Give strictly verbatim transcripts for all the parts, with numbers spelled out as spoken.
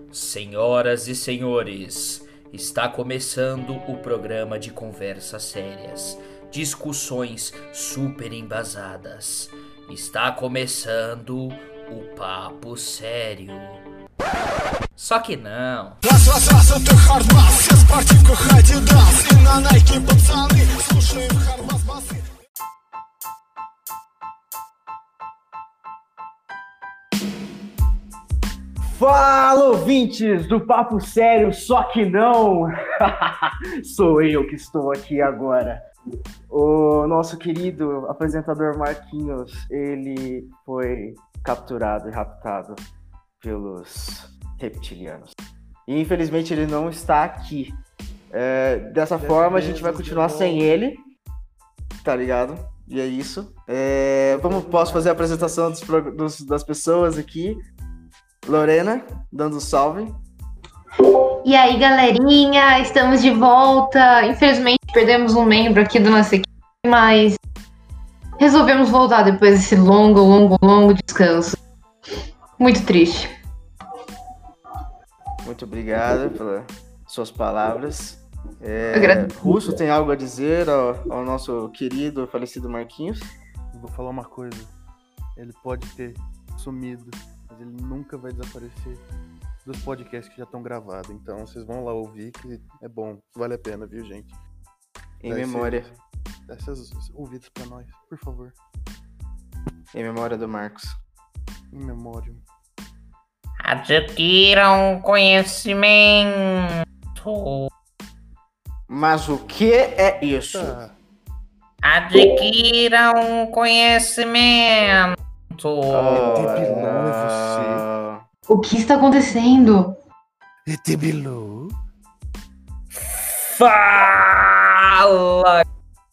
Senhoras e senhores, está começando o programa de conversas sérias, discussões super embasadas. Está começando o Papo Sério. Só que não. Fala, ouvintes do Papo Sério, só que não! Sou eu que estou aqui agora. O nosso querido apresentador Marquinhos, ele foi capturado e raptado pelos reptilianos. E infelizmente ele não está aqui. É, dessa forma a gente vai continuar sem ele, tá ligado? E é isso. É, vamos, posso fazer a apresentação dos, dos, das pessoas aqui. Lorena, dando um salve. E aí, galerinha, estamos de volta. Infelizmente, perdemos um membro aqui da nossa equipe, mas resolvemos voltar depois desse longo, longo, longo descanso. Muito triste. Muito obrigado pelas suas palavras. É, Russo tem algo a dizer ao, ao nosso querido falecido Marquinhos? Vou falar uma coisa. Ele pode ter sumido, mas ele nunca vai desaparecer dos podcasts que já estão gravados. Então vocês vão lá ouvir, que é bom, vale a pena, viu, gente? Em Dá memória. Dá esses ouvidos pra nós, por favor. Em memória do Marcos. Em memória. Adquiram conhecimento. Mas o que é isso? Tá. Adquiram conhecimento. Oh, E T Bilu é você. O que está acontecendo? E T Bilu? Fala!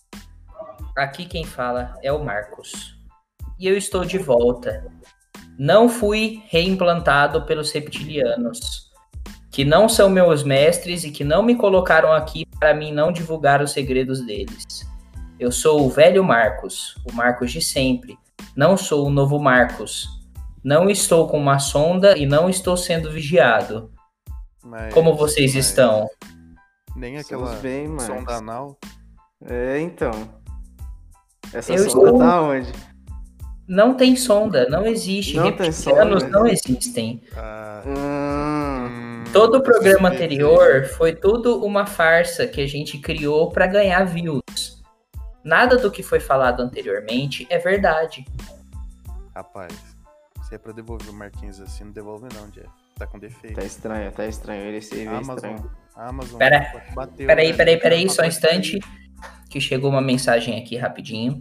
Aqui quem fala é o Marcos. E eu estou de volta. Não fui reimplantado pelos reptilianos, que não são meus mestres e que não me colocaram aqui para mim não divulgar os segredos deles. Eu sou o velho Marcos, o Marcos de sempre. Não sou o novo Marcos. Não estou com uma sonda e não estou sendo vigiado. Mas, Como vocês mas estão? Nem aquela bem, mas... sonda anal? É, então. Essa Eu sonda estou... tá onde? Não tem sonda, não existe. Não Reptilianos tem sonda. não existem. Ah, Hum... Todo o programa anterior foi tudo uma farsa que a gente criou para ganhar views. Nada do que foi falado anteriormente é verdade. Rapaz, se é pra devolver o Marquinhos assim, não devolve não, Jeff. Tá com defeito. Tá estranho, tá estranho. Ele se vê Amazon, estranho. Amazon Pera, bateu. peraí, né? peraí, peraí, só um Papai instante. Que chegou uma mensagem aqui rapidinho.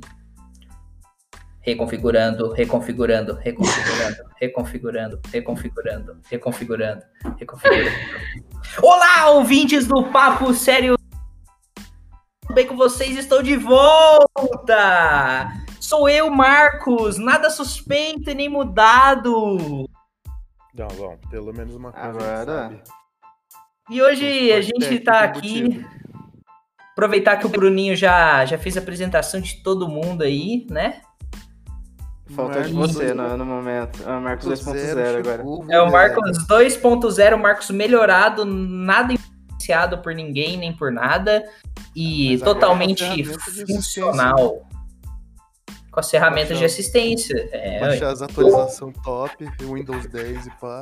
Reconfigurando, reconfigurando, reconfigurando, reconfigurando, reconfigurando, reconfigurando, reconfigurando. Olá, ouvintes do Papo Sério! Tudo bem com vocês? Estou de volta! Sou eu, Marcos, nada suspeito e nem mudado. Não, bom, pelo menos uma coisa Agora... sabe. E hoje a gente tá aqui... Aproveitar que o Bruninho já, já fez a apresentação de todo mundo aí, né? Faltou de você no, no momento. É o Marcos dois ponto zero agora. É o Marcos dois ponto zero, Marcos melhorado, nada influenciado por ninguém, nem por nada. E Mas totalmente funcional. Com as ferramentas de assistência. É, baixar as atualizações top, Windows dez e pá.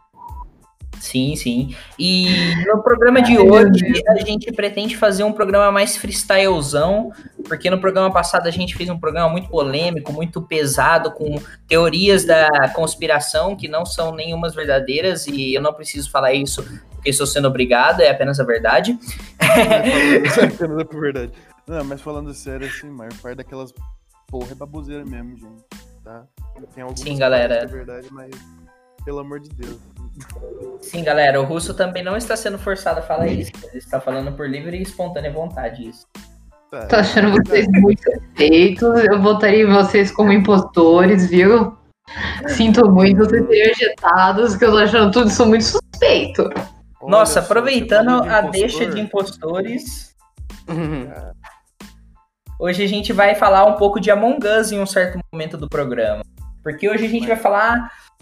Sim, sim. E no programa de hoje a gente pretende fazer um programa mais freestylezão, porque no programa passado a gente fez um programa muito polêmico, muito pesado, com teorias da conspiração que não são nenhumas verdadeiras, e eu não preciso falar isso porque estou sendo obrigado, é apenas a verdade. É apenas a verdade. Não, mas falando sério, assim, maior parte daquelas porra é baboseira mesmo, gente, tá? Tem algumas Sim, galera. Que é verdade, mas pelo amor de Deus. Sim, galera, o Russo também não está sendo forçado a falar isso. Ele está falando por livre e espontânea vontade isso. Tá, Tô achando vocês muito feitos. Eu votaria em vocês como impostores, viu? Sinto muito vocês serem ejetados, que eu tô achando tudo isso muito suspeito. Olha Nossa, só, aproveitando de a impostor, deixa de impostores, cara, hoje a gente vai falar um pouco de Among Us em um certo momento do programa. Porque hoje a gente vai falar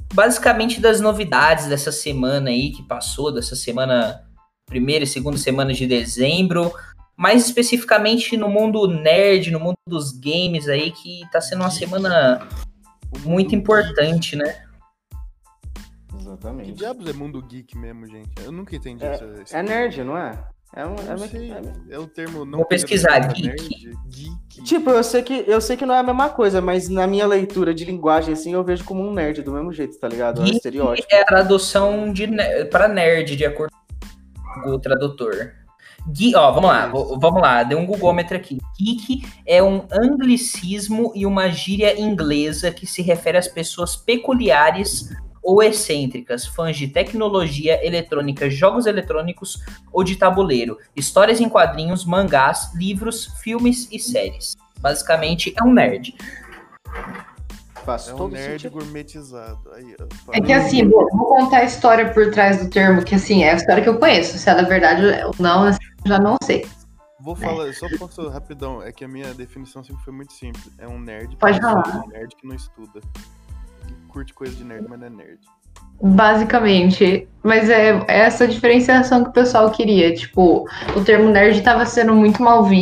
basicamente das novidades dessa semana aí que passou, dessa semana, primeira e segunda semana de dezembro, mais especificamente no mundo nerd, no mundo dos games aí, que tá sendo uma semana muito importante, né? Que Exatamente. diabos é mundo geek mesmo, gente? Eu nunca entendi É, isso. esse é termo. nerd, não é? É, um, Eu é, não sei. é- É o termo não Vou pesquisar, pejorativo, geek. nerd, geek. Tipo, eu sei, que, eu sei que não é a mesma coisa, mas na minha leitura de linguagem, assim, eu vejo como um nerd do mesmo jeito, tá ligado? É um Geek estereótipo. é a tradução de ne- pra nerd, de acordo com o tradutor. Geek, ó, vamos lá, Isso. vamos lá, deu um googômetro aqui. Geek é um anglicismo e uma gíria inglesa que se refere às pessoas peculiares ou excêntricas, fãs de tecnologia eletrônica, jogos eletrônicos ou de tabuleiro, histórias em quadrinhos, mangás, livros, filmes e séries. Basicamente, é um nerd. Faz É um todo nerd sentido. gourmetizado. Aí, ó, É que assim, vou, vou contar a história por trás do termo, que assim, é a história que eu conheço. Se é da verdade ou não, assim, eu já não sei. Vou falar, só posso rapidão, é que a minha definição sempre foi muito simples. É um nerd Pode preguiçoso, falar. um nerd que não estuda. Que curte coisa de nerd, mas não é nerd. Basicamente. Mas é é essa diferenciação que o pessoal queria. Tipo, o termo nerd estava sendo muito mal visto.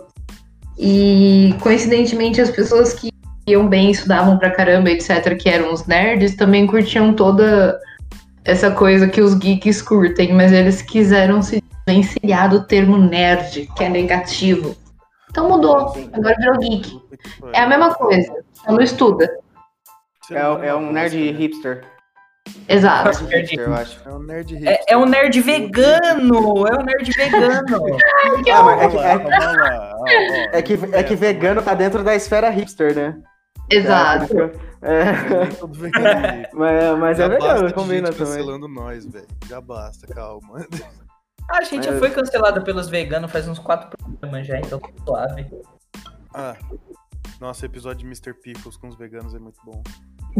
E, coincidentemente, as pessoas que iam bem, estudavam pra caramba, etcétera, que eram os nerds, também curtiam toda essa coisa que os geeks curtem. Mas eles quiseram se desvencilhar do termo nerd, que é negativo. Então mudou. Agora virou geek. Puta que É a pariu. mesma coisa. Só não estuda. Ser É, humano é uma um nerd bosta, né? hipster. Exato. Nerd hipster, eu acho. É um nerd hipster. É, é um nerd vegano! É um nerd vegano! Ah, mas é que, Calma lá, é, calma lá. Ó, ó, é que, é que vegano tá dentro da esfera hipster, né? Exato. É, Nem todo vegano é hipster. mas, mas Já é basta vegano, de combina gente também. cancelando nós, velho. Já basta, calma. A gente já É. foi cancelada pelos veganos faz uns quatro programas já, então tá suave. Ah, nossa, o episódio de mister Pickles com os veganos é muito bom.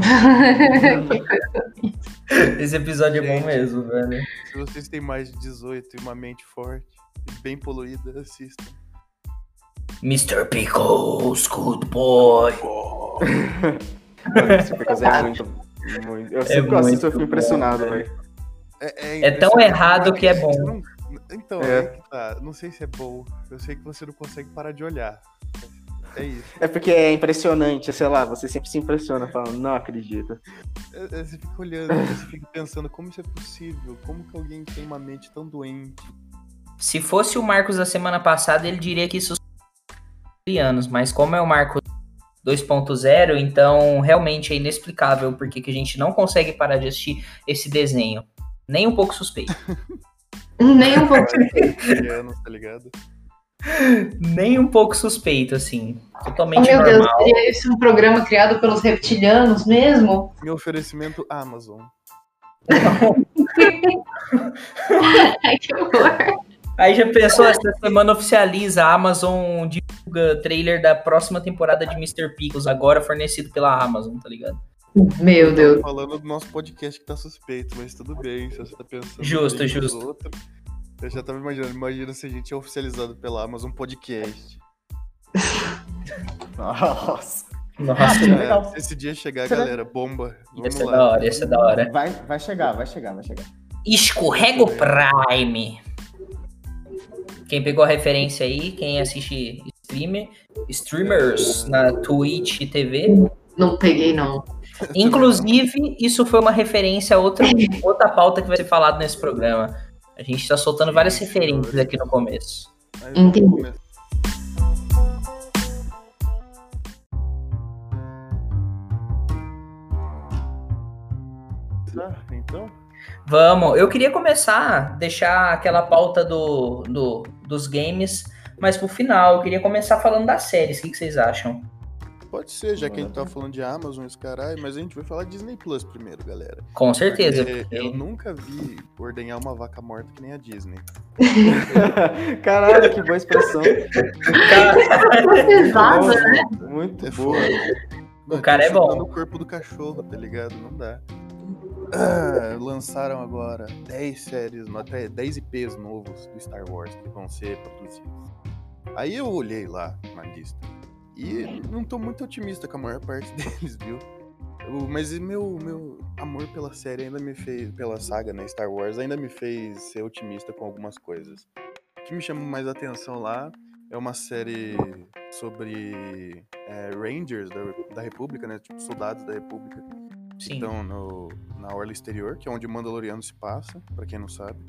Esse episódio é bom Gente. mesmo, velho. Se vocês têm mais de dezoito e uma mente forte e bem poluída, assistam. mister Pickles, good boy. Mano, esse Pickles é muito, muito. Eu sempre que eu assisto, eu fico muito impressionado, bom, velho. É, É tão impressionante, errado mas que é você bom. não- Então, É. é que tá. Não sei se é bom. Eu sei que você não consegue parar de olhar. É isso. É porque é impressionante, sei lá, você sempre se impressiona, falando, não acredito. É- é, Você fica olhando, você fica pensando como isso é possível. Como que alguém tem uma mente tão doente? Se fosse o Marcos da semana passada, ele diria que isso são anos, mas como é o Marcos dois ponto zero, então realmente é inexplicável porque que a gente não consegue parar de assistir esse desenho. Nem um pouco suspeito. Nem um pouco. Anos, tá ligado? Nem um pouco suspeito, assim. Oh, Totalmente meu Deus, normal. seria esse um programa criado pelos reptilianos mesmo? Meu oferecimento Amazon. Ai, que horror. Aí já pensou, essa semana oficializa, a Amazon divulga trailer da próxima temporada de mister Pickles, agora fornecido pela Amazon, tá ligado? Meu Eu Deus. tô falando do nosso podcast que tá suspeito, mas tudo bem, se você tá pensando. Justo, bem dos justo. outros. Eu já tava imaginando, imagina se a gente é oficializado pela Amazon Podcast. Nossa. Nossa, seria É, legal. se esse dia chegar, Seria- galera, bomba. ia Vamos ser lá. da hora, ia ser da hora. Vai, vai chegar, vai chegar, vai chegar. Escorrega o Prime. Quem pegou a referência aí, quem assiste streamer, streamers na Twitch T V. Não peguei, não. Inclusive, isso foi uma referência a outra, outra pauta que vai ser falada nesse programa. A gente tá soltando várias Sim, referências senhores. aqui no começo. Mas vamos Entendi. começar. Tá, então, Vamos, eu queria começar, deixar aquela pauta do, do, dos games, mas pro final, eu queria começar falando das séries. O que, que vocês acham? pode ser, já que a gente tá falando de Amazon, esse caralho, mas a gente vai falar de Disney Plus primeiro, galera. Com certeza. Porque porque- eu nunca vi ordenhar uma vaca morta que nem a Disney. Caralho, que boa expressão. Pesado, né? Muito É boa. foda. Mano, cara tô é bom. chutando o corpo do cachorro, tá ligado? Não dá. Ah, lançaram agora dez séries, no- até dez I Ps novos do Star Wars que vão ser produzidos. Aí eu olhei lá na lista e não tô muito otimista com a maior parte deles, viu? O- Mas e meu, meu amor pela série ainda me fez, pela saga, né, Star Wars, ainda me fez ser otimista com algumas coisas. O que me chama mais atenção lá é uma série sobre é, Rangers da, da República, né, tipo soldados da República, que Sim. estão no, na Orla Exterior, que é onde o Mandaloriano se passa, pra quem não sabe.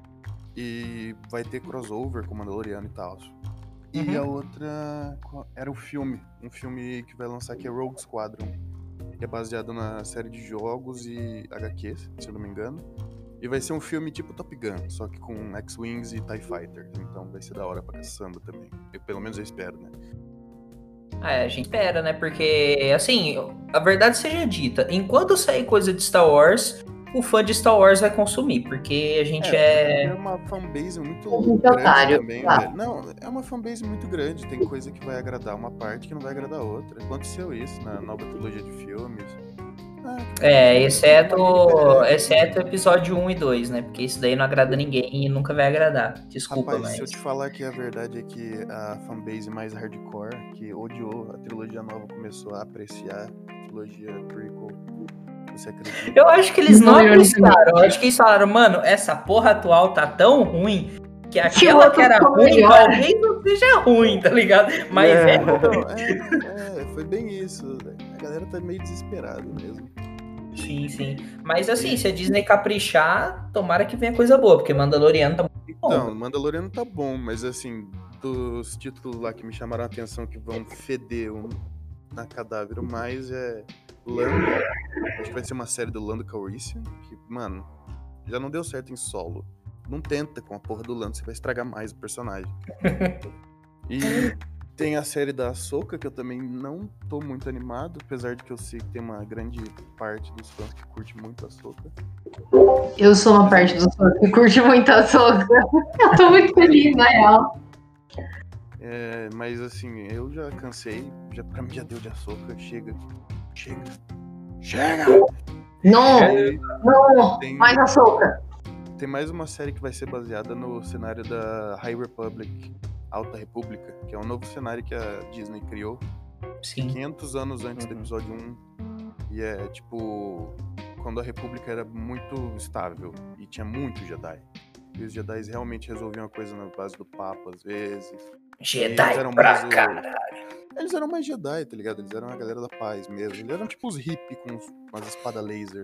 E vai ter crossover com o Mandaloriano e tal. E Uhum. a outra qual- era o filme, um filme que vai lançar que é Rogue Squadron, que é baseado na série de jogos e H Qs, se eu não me engano. E vai ser um filme tipo Top Gun, só que com X-Wings e TIE Fighters. Então vai ser da hora pra caçamba também. Eu, pelo menos eu espero, né? Ah, é, a gente espera, né? Porque, assim, a verdade seja dita, enquanto sair coisa de Star Wars, o fã de Star Wars vai consumir, porque a gente É, é. porque é uma fanbase muito A gente é grande otário, também, tá. velho. Não, é uma fanbase muito grande. Tem coisa que vai agradar uma parte que não vai agradar outra. Aconteceu isso na nova trilogia de filmes. Ah, que É, beleza, exceto, uma mini exceto o episódio um e dois, né? Porque isso daí não agrada ninguém e nunca vai agradar. Desculpa, Rapaz, mas. se eu te falar que a verdade é que a fanbase mais hardcore, que odiou a trilogia nova, começou a apreciar a trilogia prequel, você acredita? Eu acho que eles não Não, apreciaram. Eu acho que eles falaram, mano, essa porra atual tá tão ruim que Que o aquela outro que era ficou ruim melhor. talvez não seja ruim, tá ligado? Mas É. é. Não, é, é, foi bem isso. A galera tá meio desesperada mesmo. Sim, sim. Mas assim, se a Disney caprichar, tomara que venha coisa boa, porque Mandaloriano tá muito bom. Então, Mandaloriano tá bom, mas assim, dos títulos lá que me chamaram a atenção que vão feder um na cadáver mais é Lando. Acho que vai ser uma série do Lando Calrissian, que, mano, já não deu certo em Solo. Não tenta com a porra do Lando, você vai estragar mais o personagem. E tem a série da Ahsoka, que eu também não tô muito animado, apesar de que eu sei que tem uma grande parte dos fãs que curte muito a Ahsoka. Eu sou uma parte dos fãs que curte muito a Ahsoka. Eu tô muito feliz, na real. É, mas assim, eu já cansei, já, pra mim já deu de Ahsoka, chega, chega, chega! Não, E não, tem, mais Ahsoka. tem mais uma série que vai ser baseada no cenário da High Republic, Alta República, que é um novo cenário que a Disney criou Sim. quinhentos anos antes do Uhum. episódio um. E é tipo, quando a República era muito estável e tinha muito Jedi. E os Jedi realmente resolviam a coisa na base do papo, às vezes. Jedi Eles eram pra mais o- caralho. Eles eram mais Jedi, tá ligado? Eles eram a galera da paz mesmo. Eles eram tipo os hippies com os- com as espadas laser.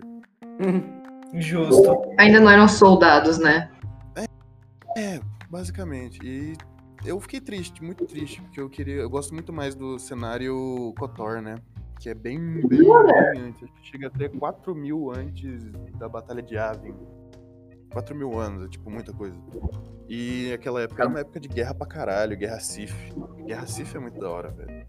Justo. Ainda não eram soldados, né? É, basicamente. E eu fiquei triste, muito triste, porque eu queria. Eu gosto muito mais do cenário KOTOR, né? Que é bem, bem, bem antes. Acho que chega até quatro mil antes da Batalha de Yavin. quatro mil anos, é tipo muita coisa. E aquela época era uma época de guerra pra caralho, guerra Sith. Guerra Sith é muito da hora, velho.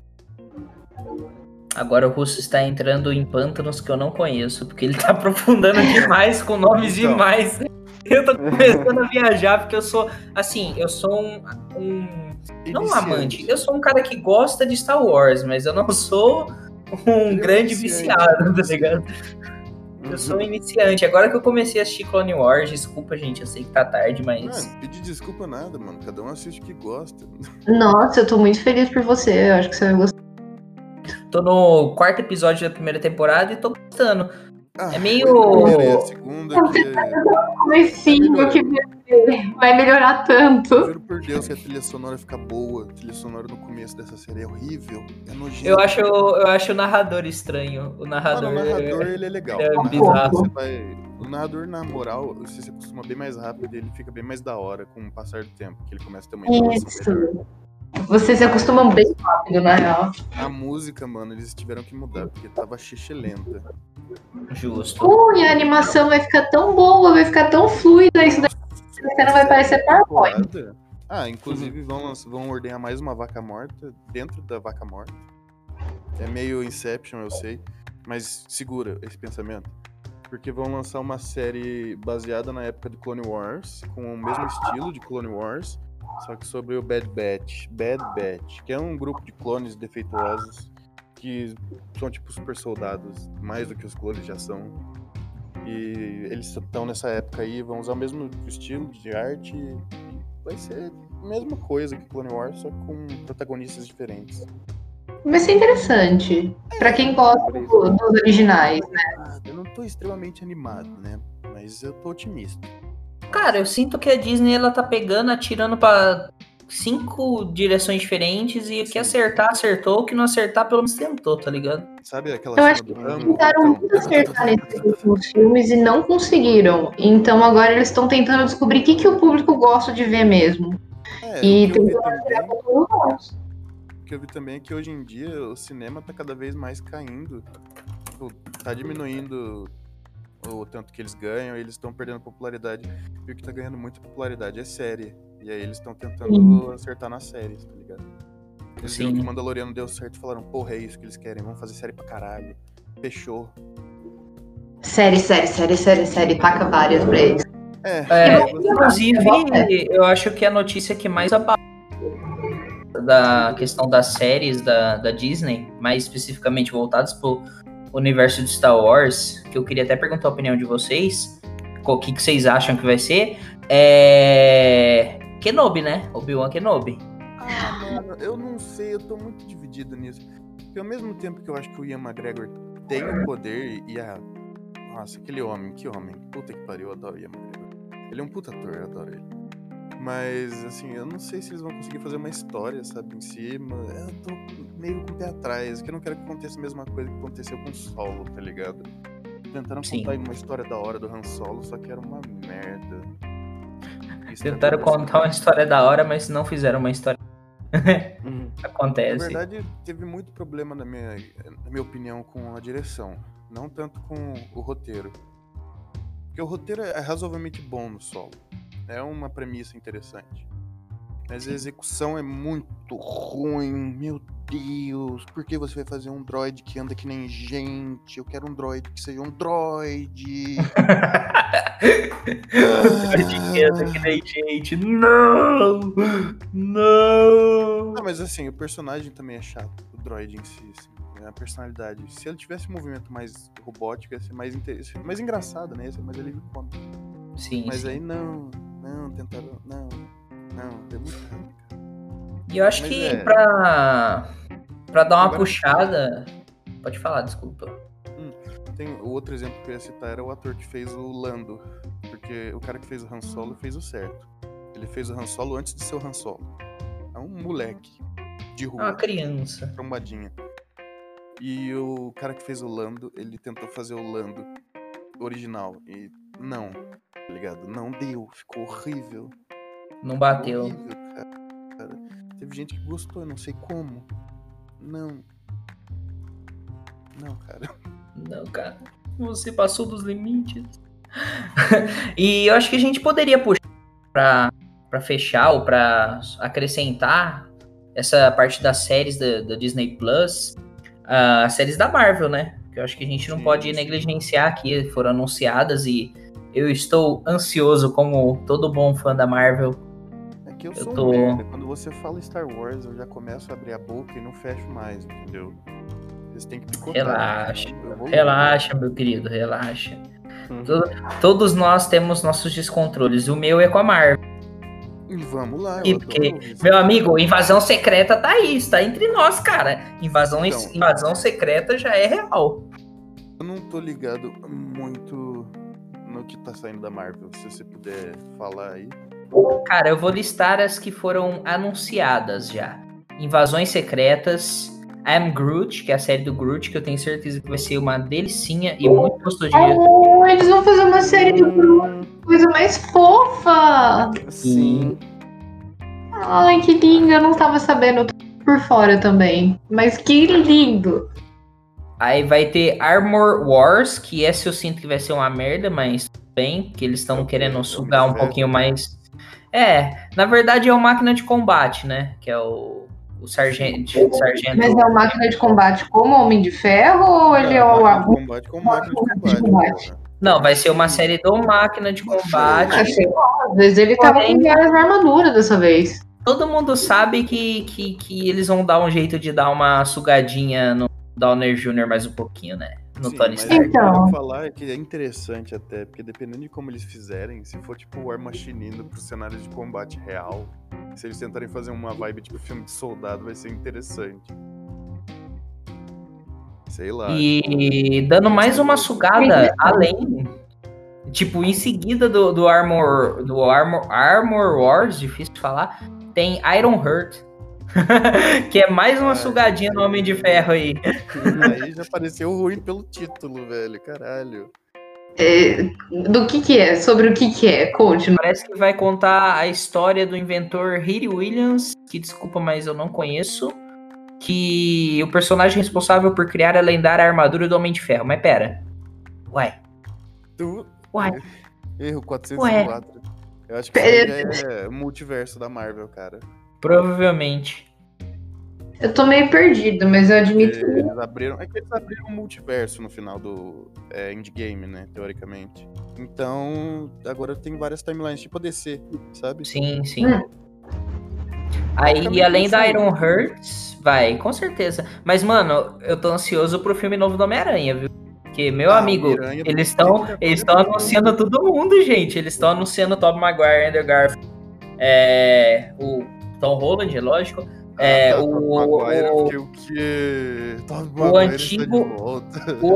Agora o Russo está entrando em pântanos que eu não conheço, porque ele tá aprofundando demais com nomes Então. demais. Eu tô começando a viajar, porque eu sou, assim, eu sou um, um não um Iniciante. amante, eu sou um cara que gosta de Star Wars, mas eu não sou um Ele é um grande iniciante, viciado, né? tá ligado? Eu sou um iniciante. Agora que eu comecei a assistir Clone Wars, desculpa, gente, eu sei que tá tarde, mas... Mano, pedir desculpa nada, mano. Cada um assiste o que gosta. Nossa, eu tô muito feliz por você. Eu acho que você vai gostar. Tô no quarto episódio da primeira temporada e tô gostando. Ah, É meio- a primeira e a segunda que... Comecinho Vai que vai melhorar tanto. Juro por Deus que a trilha sonora fica boa. A trilha sonora no começo dessa série é horrível. É nojento. Eu acho, eu acho o narrador estranho. O Mano, narrador... o narrador, ele é legal. é o, narrador, bizarro. você vai... o narrador, na moral, você se acostuma bem mais rápido e ele fica bem mais da hora com o passar do tempo, que ele começa a ter uma entonação melhor. Isso. Vocês se acostumam bem rápido, na real. A música, mano, eles tiveram que mudar, porque tava lenta. Justo. Ui, a animação vai ficar tão boa, vai ficar tão fluida. Isso daí você não vai parecer PowerPoint. Temporada. Ah, inclusive vão, lanç- vão ordenhar mais uma vaca morta dentro da vaca morta. É meio Inception, eu sei. Mas segura esse pensamento. Porque vão lançar uma série baseada na época de Clone Wars, com o mesmo estilo de Clone Wars, só que sobre o Bad Batch. Bad Batch, que é um grupo de clones defeituosos que são tipo super soldados, mais do que os clones já são. E eles estão nessa época aí, vão usar o mesmo estilo de arte e vai ser a mesma coisa que Clone Wars, só com protagonistas diferentes. Vai ser interessante. Pra quem gosta do- dos originais, né? Eu não tô extremamente animado, né? Mas eu tô otimista. Cara, eu sinto que a Disney ela tá pegando, atirando pra cinco direções diferentes e o que Sim. acertar, acertou, o que não acertar, pelo menos tentou, tá ligado? Sabe aquela Eu cena acho do que Rambo? tentaram Então, muito acertar nesses últimos filmes e não conseguiram. Então agora eles estão tentando descobrir o que, que o público gosta de ver mesmo. é, E o que eu vi tentando também, atirar pra todos os lados. o que eu vi também é que hoje em dia o cinema tá cada vez mais caindo. Tipo, tá diminuindo o tanto que eles ganham, e eles estão perdendo popularidade. E o que tá ganhando muita popularidade é série. E aí eles estão tentando Sim. acertar nas séries, tá ligado? Eles Sim. viram que o Mandaloriano deu certo e falaram, porra, é isso que eles querem, vamos fazer série pra caralho. Fechou. Série, série, série, série, série. Taca várias pra eles. É, É, Eu vou- inclusive, eu vou- eu acho que a notícia que mais abala da questão das séries da, da Disney, mais especificamente voltadas pro universo de Star Wars, que eu queria até perguntar a opinião de vocês, o que, que vocês acham que vai ser, é Kenobi, né? Obi-Wan Kenobi. Ah, mano, eu não sei, eu tô muito dividido nisso. Porque ao mesmo tempo que eu acho que o Ian McGregor tem o poder e a... Nossa, aquele homem, que homem. Puta que pariu, eu adoro o Ian McGregor. Ele é um puta ator, eu adoro ele. Mas, assim, eu não sei se eles vão conseguir fazer uma história, sabe, em cima. Eu tô meio com o pé atrás, porque eu não quero que aconteça a mesma coisa que aconteceu com o Solo, tá ligado? Tentaram Sim. contar uma história da hora do Han Solo, só que era uma merda. Isso Tentaram também, contar uma história da hora, mas não fizeram uma história. Uhum. Na Acontece. verdade, teve muito problema, na minha, na minha opinião, com a direção. Não tanto com o roteiro. Porque o roteiro é razoavelmente bom no Solo. É uma premissa interessante. Mas a execução é muito ruim. Meu Deus, por que você vai fazer um droid que anda que nem gente? Eu quero um droid que seja um droid. Que nem gente. Não! Não! Ah, mas assim, o personagem também é chato. O droid em si, assim, né? A personalidade. Se ele tivesse um movimento mais robótico, ia ser mais, inter... mais engraçado, né? Ia ser mais alívio cômico. Sim, Mas sim. aí não, não, tentaram. Não, não, deu muito errado. E eu acho Mas que é. pra, pra dar uma Agora- puxada. Pode falar, desculpa. Tem o outro exemplo que eu ia citar era o ator que fez o Lando. Porque o cara que fez o Han Solo fez o certo. Ele fez o Han Solo antes de ser o Han Solo. É um moleque de É uma rua, criança. trombadinha. E o cara que fez o Lando, ele tentou fazer o Lando original. E não, tá ligado? Não deu, ficou horrível. Não bateu. Horrível, cara. cara. Teve gente que gostou, eu não sei como. Não. Não, cara. Não, cara. Você passou dos limites. E eu acho que a gente poderia puxar pra, pra fechar ou pra acrescentar essa parte das séries da, da Disney Plus, ah, as séries da Marvel, né? Que eu acho que a gente não Sim, pode sim. negligenciar aqui, foram anunciadas e eu estou ansioso como todo bom fã da Marvel. É que eu Eu sou tô- um merda. Quando você fala Star Wars, eu já começo a abrir a boca e não fecho mais, entendeu? Vocês têm que picotar. Relaxa, Eu vou relaxa, meu querido, relaxa. Uhum. To- Todos nós temos nossos descontroles. O meu é com a Marvel. E vamos lá, eu E adoro porque, ouvir isso. meu amigo, invasão secreta tá aí, está entre nós, cara. Invasão, Então. invasão secreta já é real. Eu não tô ligado muito no que tá saindo da Marvel. Se você puder falar aí. Cara, eu vou listar as que foram anunciadas já. Invasões secretas, I'm Groot, que é a série do Groot, que eu tenho certeza que vai ser uma delicinha e muito gostoso de ver. Oh, eles vão fazer uma série de coisa mais fofa. Sim. Ai, que lindo. Eu não tava sabendo por fora também. Mas que lindo. Aí vai ter Armor Wars, que esse eu sinto que vai ser uma merda, mas tudo bem, que eles É estão o querendo Homem sugar de um Ferro. pouquinho mais. É, na verdade é o Máquina de Combate, né? Que é o, o Sargento. sargento... Mas é uma máquina de combate como Homem de Ferro ou ele é Não, o máquina de combate com máquina de máquina de combate. combate. porra. Não, vai ser uma série do Máquina de Combate. Ah, sei lá, às vezes ele tava com várias armaduras dessa vez. Todo mundo sabe que, que, que eles vão dar um jeito de dar uma sugadinha no Downer Júnior mais um pouquinho, né? No Sim, Tony mas Stark. o que eu Então. vou falar é que é interessante até, porque dependendo de como eles fizerem, se for tipo o War Machine indo pro cenário de combate real, se eles tentarem fazer uma vibe tipo filme de soldado, vai ser interessante. Sei lá. E dando mais uma sugada além, tipo, em seguida do, do Armor do Armor, Armor Wars, difícil de falar, tem Iron Heart, que é mais uma Ai, sugadinha no Homem de Ferro aí. Aí já pareceu ruim pelo título, velho. Caralho. É, do que que é? Sobre o que que é? Conte. Parece que vai contar a história do inventor Riri Williams, que desculpa, mas eu não conheço, que o personagem responsável por criar a lendária armadura do Homem de Ferro. Mas pera, ué, Tu... ué, Erro quatrocentos e quatro. Eu acho que isso aí é multiverso da Marvel, cara. provavelmente. Eu tô meio perdido, mas eu admito que... Eles abriram, é que eles abriram um multiverso no final do é, Endgame, né, teoricamente. Então, agora tem várias timelines, tipo a D C, sabe? Sim, sim. Hum. Aí, além da Iron Hearts, vai, com certeza. Mas, mano, eu tô ansioso pro filme novo do Homem-Aranha, viu? Porque, meu Ah, amigo, Miranha eles do- estão eles estão anunciando todo mundo, gente. Eles estão anunciando o Tobey Maguire, Andrew Garfield, é, o Tom Holland, lógico. É, Ah, tá, o, Tobey Maguire, eu o, fiquei o quê? Tobey o Maguire está de antigo- volta. o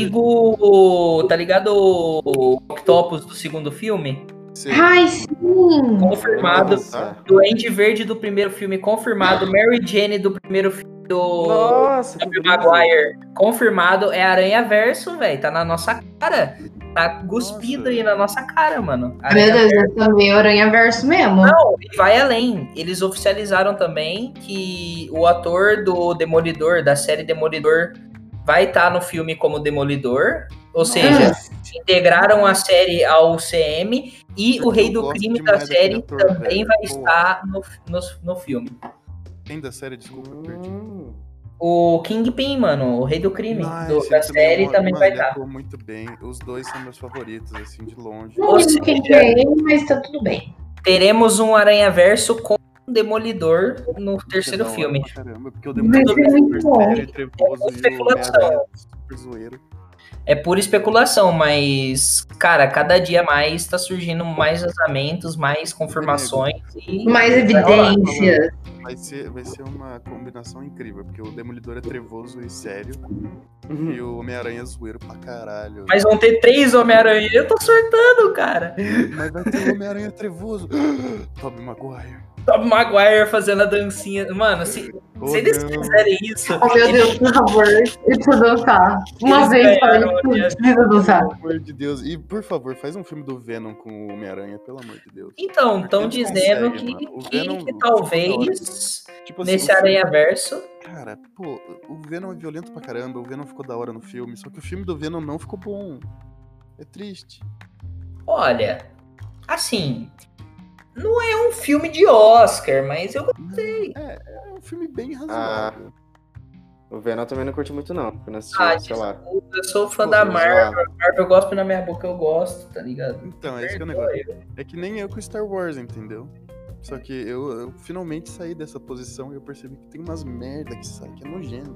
antigo, tá ligado? O Octopus do segundo filme? Sei. Ai, sim! Confirmado. Nossa. Duende Verde do primeiro filme, confirmado. Mary Jane do primeiro filme do Nossa, que Tobey brisa. Maguire, confirmado. É Aranha Verso, velho. Tá na nossa cara. Tá cuspido Nossa. aí na nossa cara, mano. Meu Aranha Deus, eu também Aranha Verso mesmo. Não, e vai além. Eles oficializaram também que o ator do Demolidor, da série Demolidor, vai estar no filme como Demolidor. Ou seja, integraram a série ao C M e Porque o Rei eu do gosto Crime demais da daquele série ator, também velho. vai Porra. estar no, no, no filme. Quem da série, desculpa, eu perdi. Hum. O Kingpin, mano, o Rei do Crime Não, do- esse da também série é um- também mano, vai ele estar. atuou muito bem. Os dois são meus favoritos, assim, de longe. Não Ou lembro quem seja- que é ele, mas tá tudo bem. Teremos um Aranha Verso com um Demolidor no terceiro Da hora filme. pra Caramba, porque o Vai Demolidor ser é muito super bom. sério, trevoso e o Especulação. Homem-Aranha é super zoeiro. É pura especulação, mas, cara, cada dia mais tá surgindo mais vazamentos, mais confirmações e. Mais vai rolar. evidências. Vai ser, vai ser uma combinação incrível, porque o Demolidor é trevoso e sério, Uhum. e o Homem-Aranha é zoeiro pra caralho. Mas vão ter três Homem-Aranha. Eu tô surtando, cara. Mas vai ter o Homem-Aranha trevoso. Tobey Maguire. Tobey Maguire fazendo a dancinha. Mano, se, Oh, se eles não. fizerem isso. Oh meu Deus, por favor, eu preciso dançar. Uma Eles vez para ganharam, ele, né? precisa dançar. Pelo amor de Deus. E, por favor, faz um filme do Venom com o Homem-Aranha, pelo amor de Deus. Então, estão Eles dizendo conseguem, que, mano. O que, Venom que ficou talvez Tipo assim, nesse o filme- Aranha Verso. Cara, pô, o Venom é violento pra caramba, o Venom ficou da hora no filme, só que o filme do Venom não ficou bom. É triste. Olha, assim, não é um filme de Oscar, mas eu gostei. É, é um filme bem Ah, razoável. o Venom também não curti muito, não. Eu não assisti, Ah, sei lá. desculpa, eu sou fã Pô, da foi Marvel. zoado. Marvel gosta na minha boca, eu gosto, tá ligado? Então, é esse que é o negócio. É que nem eu com Star Wars, entendeu? Só que eu, eu finalmente saí dessa posição e eu percebi que tem umas merda que sai, que é nojento.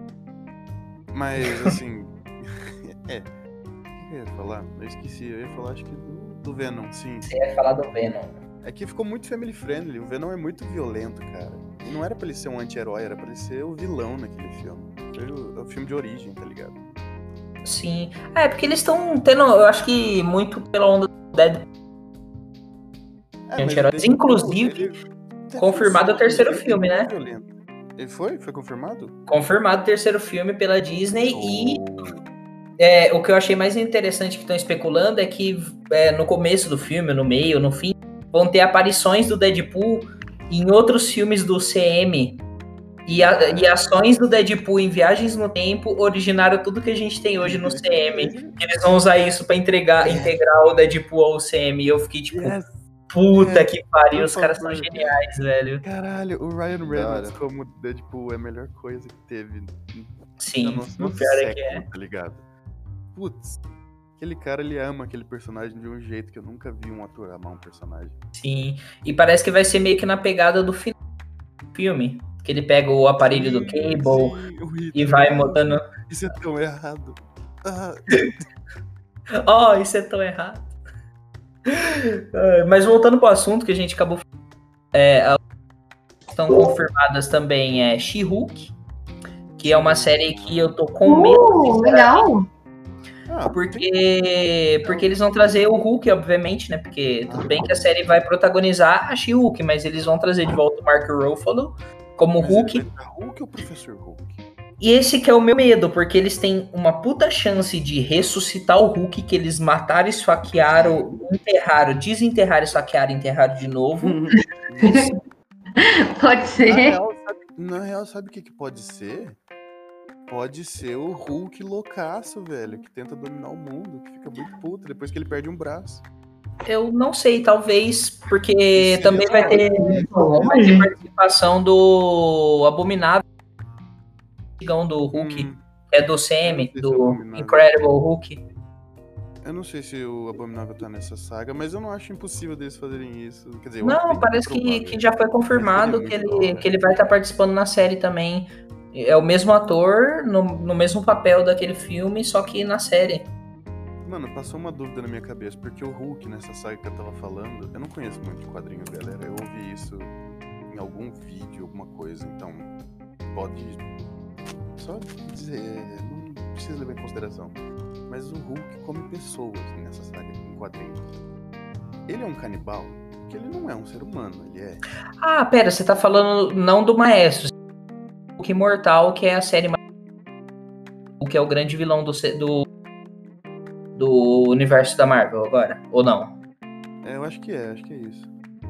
Mas, assim... é. O que eu ia falar? Eu esqueci. Eu ia falar, acho que do, do Venom, sim. Você ia falar do Venom. É que ficou muito family friendly. O Venom é muito violento, cara. E não era pra ele ser um anti-herói, era pra ele ser o vilão naquele filme. Foi o, é o filme de origem, tá ligado? Sim. É, porque eles estão tendo, eu acho que muito pela onda do Deadpool. É, mas Anti-heróis. ele- Inclusive, ele- confirmado o terceiro ele- filme, ele é né? violento. Ele foi? Foi confirmado? Confirmado o terceiro filme pela Disney e Oh. é, o que eu achei mais interessante que estão especulando é que é, no começo do filme, no meio, no fim, vão ter aparições do Deadpool em outros filmes do C M. E, a- e ações do Deadpool em Viagens no Tempo originaram tudo que a gente tem hoje no C M. Eles vão usar isso pra entregar, integrar o Deadpool ao C M. E eu fiquei tipo, Yes. puta Yes, que pariu, por os caras são favor. geniais, velho. Caralho, o Ryan Reynolds hora. como Deadpool é a melhor coisa que teve Sim, no nosso, o nosso pior é século, que é. tá ligado? Putz, aquele cara, ele ama aquele personagem de um jeito que eu nunca vi um ator amar um personagem. Sim, e parece que vai ser meio que na pegada do final do filme. Que ele pega o aparelho do Sim, Cable sim, o e Hitler. vai mudando. Isso é tão errado. Ah, Oh, isso é tão errado. É, mas voltando pro assunto que a gente acabou. É, a- estão confirmadas também é She-Hulk, que é uma série que eu tô com medo. Uh, legal. Ah, Porque, porque eles vão trazer o Hulk, obviamente, né? Porque tudo bem que a série vai protagonizar a She-Hulk, mas eles vão trazer de volta o Mark Ruffalo como mas Hulk. ele vai entrar Hulk ou Professor Hulk? E esse que é o meu medo, porque eles têm uma puta chance de ressuscitar o Hulk que eles mataram, esfaquearam, enterraram, desenterraram, esfaquearam, enterraram de novo. Pode Na ser. real, sabe, na real, sabe o que, que pode ser? Pode ser o Hulk loucaço, velho, que tenta dominar o mundo, que fica muito puto depois que ele perde um braço. Eu não sei, talvez, porque Seria também vai ter, vai ter participação do Abominável, do Hulk, Hum, que é do eu Sam, não sei se é do Abominável. Incredible Hulk. Eu não sei se o Abominável tá nessa saga, mas eu não acho impossível deles fazerem isso. Quer dizer, eu acho Não, bem parece que, provável. que já foi confirmado Mas que seria muito da ele, hora. que ele vai estar participando na série também. É o mesmo ator, no, no mesmo papel daquele filme, só que na série. Mano, passou uma dúvida na minha cabeça, porque o Hulk, nessa saga que eu tava falando, eu não conheço muito de quadrinhos, galera. Eu ouvi isso em algum vídeo, alguma coisa, então pode só dizer, não precisa levar em consideração. Mas o Hulk come pessoas nessa saga em quadrinhos. Ele é um canibal? Porque ele não é um ser humano, ele é. Ah, pera, você tá falando não do Maestro, o Hulk Imortal, que é a série mais... que é o grande vilão do, ce- do, do universo da Marvel agora, ou não? É, eu acho que é, acho que é isso.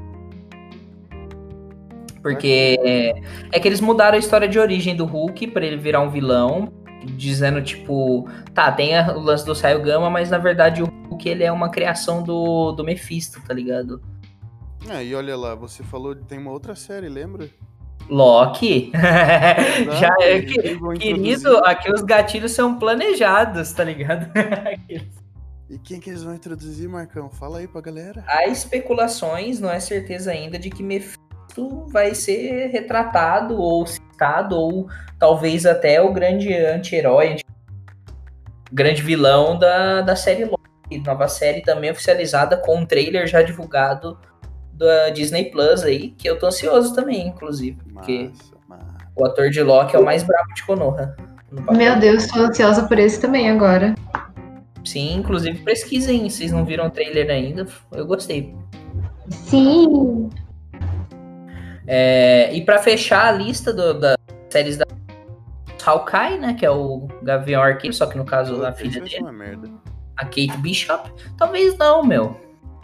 Porque é, é que eles mudaram a história de origem do Hulk pra ele virar um vilão, dizendo tipo, tá, tem a- o lance do Raio Gama, mas na verdade o Hulk ele é uma criação do, do Mephisto, tá ligado? Ah, e olha lá, você falou que tem uma outra série, lembra? Loki. Já é Exato, que, eles vão querido, introduzir. aqui os gatilhos são planejados, tá ligado? E quem que eles vão introduzir, Marcão? Fala aí pra galera. Há especulações, não é certeza ainda, de que Mephisto vai ser retratado ou citado, ou talvez até o grande anti-herói, grande vilão da, da série Loki. Nova série também oficializada com um trailer já divulgado da Disney Plus aí, que eu tô ansioso também, inclusive, porque Massa, massa. o ator de Loki é o mais brabo de Konoha. no papel. Meu Deus, tô ansiosa por esse também agora. Sim, inclusive pesquisem, vocês não viram o trailer ainda, eu gostei. Sim. É, e pra fechar a lista do- das séries da Hawkeye, né, que é o Gavião Arqueiro, só que no caso Puta, a isso filha vai ser dele, uma merda. a Kate Bishop, talvez não, meu.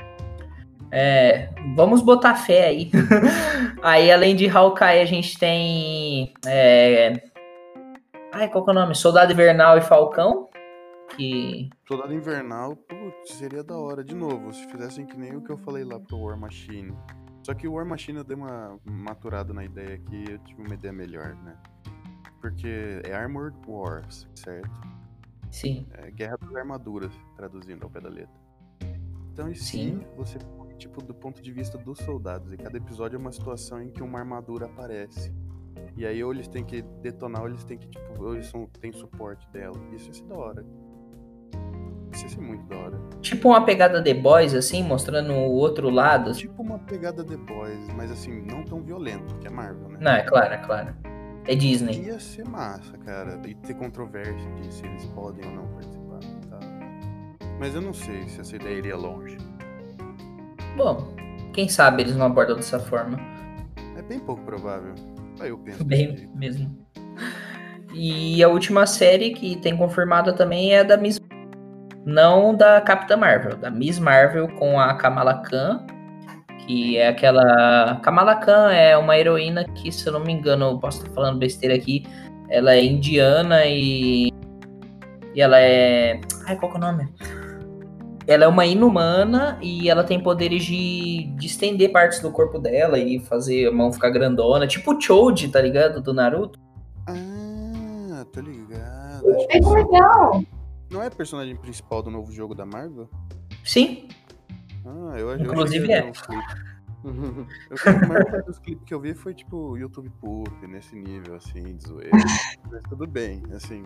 É, vamos botar fé aí. Aí, além de Hawkeye, a gente tem... É... Ai, qual que é o nome? Soldado Invernal e Falcão, que... Soldado Invernal, putz, seria da hora. De novo, se fizessem que nem o que eu falei lá pro War Machine. Só que o War Machine eu dei uma maturada na ideia aqui, eu tive uma ideia melhor, né? Porque é Armored Wars, certo? Sim, É Guerra das Armaduras, traduzindo ao pé da letra. Então, e se Sim. você, tipo, do ponto de vista dos soldados, e cada episódio é uma situação em que uma armadura aparece. E aí, ou eles têm que detonar, ou eles têm que, tipo, ou eles são, têm suporte dela. Isso ia ser da hora. Isso ia ser muito da hora. tipo uma pegada The Boys, assim, mostrando o outro lado. Tipo uma pegada The Boys, mas assim, não tão violento, que é Marvel, né? Não, é claro, é claro. É Disney. Ia ser massa, cara. E ter controvérsia de se eles podem ou não participar. Tá? Mas eu não sei se essa ideia iria longe. Bom, quem sabe eles não abordam dessa forma. É bem pouco provável. Aí eu penso desse Bem jeito. mesmo. E a última série que tem confirmada também é a da Miss... Não da Capitã Marvel, da Miss Marvel com a Kamala Khan, que é aquela... Kamala Khan é uma heroína que, se eu não me engano, eu posso estar falando besteira aqui, ela é indiana e... E ela é... Ai, qual que é o nome? Ela é uma inumana e ela tem poderes de, de estender partes do corpo dela e fazer a mão ficar grandona. Tipo o Choji, tá ligado? Do Naruto. Ah, tô ligado. Acho que É que sim. legal. Não é a personagem principal do novo jogo da Marvel? Sim, Ah, eu, eu Inclusive cheguei a é. ver uns clipes. Eu vi a maior parte dos clipes que eu vi foi tipo YouTube Poop, nesse nível, assim, de zoeira. Mas tudo bem, assim.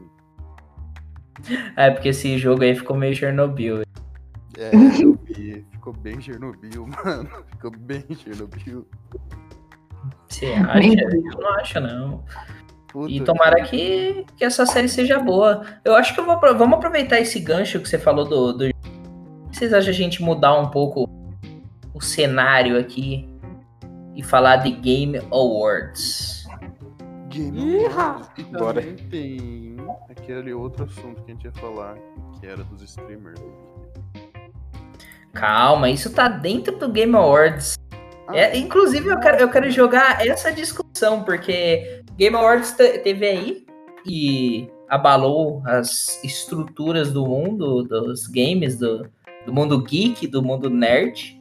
é porque esse jogo aí ficou meio Chernobyl. É, eu vi. Ficou bem Chernobyl, mano. Ficou bem Chernobyl. Você acha? Eu não acho, não. Puta, E tomara que, que essa série seja boa. Eu acho que eu vou, apro- vamos aproveitar esse gancho que você falou do, do... O que vocês acham a gente mudar um pouco o cenário aqui e falar de Game Awards? Game Awards. E Bora. também tem aquele outro assunto que a gente ia falar, que era dos streamers. Calma, isso tá dentro do Game Awards. Ah, É, inclusive, eu quero, eu quero jogar essa discussão, porque Game Awards te- teve aí e abalou as estruturas do mundo, dos games, do, do mundo geek, do mundo nerd.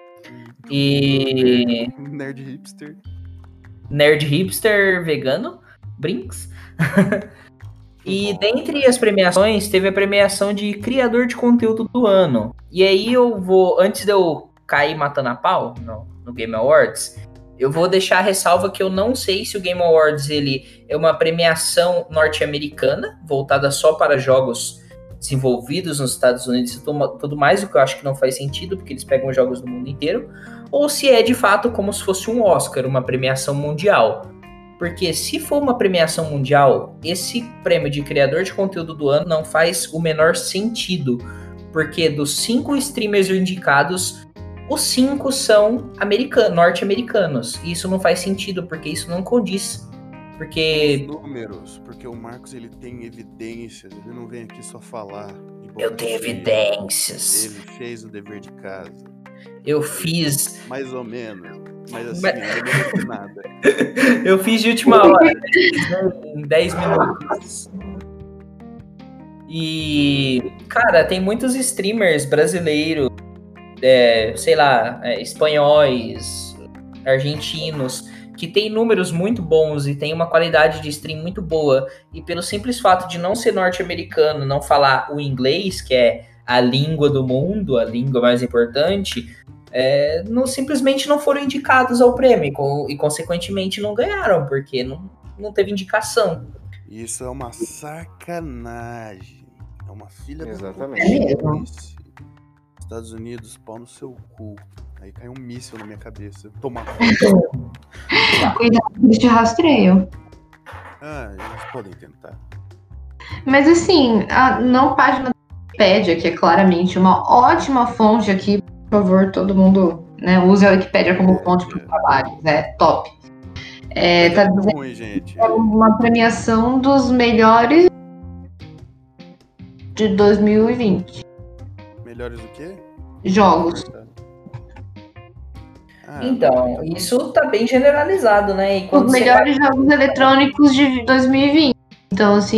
E Nerd hipster. nerd hipster vegano, Brinks. E Bom, dentre as premiações, teve a premiação de criador de conteúdo do ano. E aí eu vou, antes de eu cair matando a pau no, no Game Awards, eu vou deixar a ressalva que eu não sei se o Game Awards ele é uma premiação norte-americana, voltada só para jogos desenvolvidos nos Estados Unidos e tudo tudo mais, o que eu acho que não faz sentido, porque eles pegam jogos do mundo inteiro, ou se é de fato como se fosse um Oscar, uma premiação mundial. Porque se for uma premiação mundial, esse prêmio de criador de conteúdo do ano não faz o menor sentido. Porque dos cinco streamers indicados, os cinco são americanos, norte-americanos. E isso não faz sentido, porque isso não condiz. Porque Os números, porque o Marcos ele tem evidências, ele não vem aqui só falar. de boca eu tenho cheia. evidências. Ele fez o dever de casa. Eu fiz. Mais ou menos. Mas assim, Mas- ele não fez nada. Eu fiz de última hora, em dez minutos. E, cara, tem muitos streamers brasileiros, é, sei lá, é, espanhóis, argentinos, que tem números muito bons e tem uma qualidade de stream muito boa. E pelo simples fato de não ser norte-americano, não falar o inglês, que é a língua do mundo, a língua mais importante, é, não, simplesmente não foram indicados ao prêmio com- e, consequentemente, não ganharam, porque não, não teve indicação. Isso é uma sacanagem. É uma filha Exatamente. É da mesmo. putice. Estados Unidos, pau no seu cu. Aí caiu um míssil na minha cabeça. Toma. Cuidado que eles te rastreiam. Ah, eles podem tentar. Mas assim, a não página da Wikipédia, que é claramente uma ótima fonte aqui, por favor, todo mundo, né, use a Wikipédia como fonte para o trabalho, né? Top. É, tá É dizendo ruim, gente. que é uma premiação dos melhores de dois mil e vinte. Melhores do que? Jogos. Ah, Então, isso tá bem generalizado, né? E Os quando você melhores jogos eletrônicos de dois mil e vinte. Então, assim,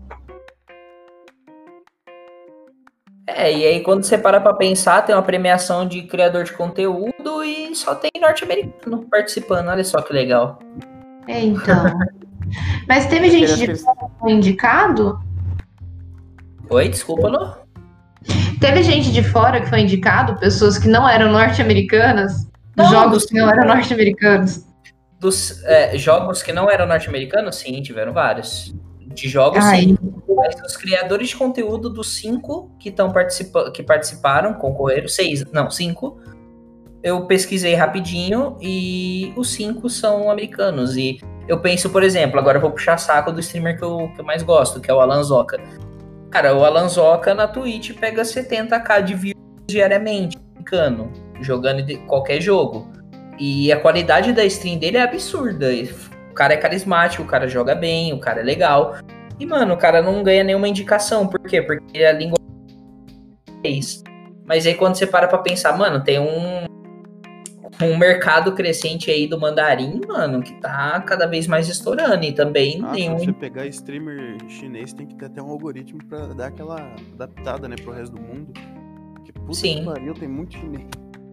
É, e aí quando você para pra pensar, tem uma premiação de criador de conteúdo e só tem norte-americano participando. Olha só que legal. é então. Mas teve gente de Eles- fora indicado? Oi, desculpa, Lu. Teve gente de fora que foi indicado, pessoas que não eram norte-americanas? Não, Jogos dos- que não eram norte-americanos? Dos é, jogos que não eram norte-americanos, sim, tiveram vários. De jogos, Ai. sim. Mas os criadores de conteúdo dos cinco que, tão participa que participaram, concorreram, seis, não, cinco, eu pesquisei rapidinho e os cinco são americanos. E eu penso, por exemplo, agora eu vou puxar saco do streamer que eu, que eu mais gosto, que é o Alan Zoca. Cara, o Alan Zoca na Twitch pega setenta k de views diariamente, americano, jogando de qualquer jogo. E a qualidade da stream dele é absurda. O cara é carismático, o cara joga bem, o cara é legal. E, mano, o cara não ganha nenhuma indicação. Por quê? Porque a língua é isso. Mas aí quando você para pra pensar, mano, tem um, um mercado crescente aí do mandarim, mano, que tá cada vez mais estourando. E também Ah, nenhum... se você pegar streamer chinês, tem que ter até um algoritmo pra dar aquela adaptada, né, pro resto do mundo. Porque puta Sim. que pariu, tem muito chinês.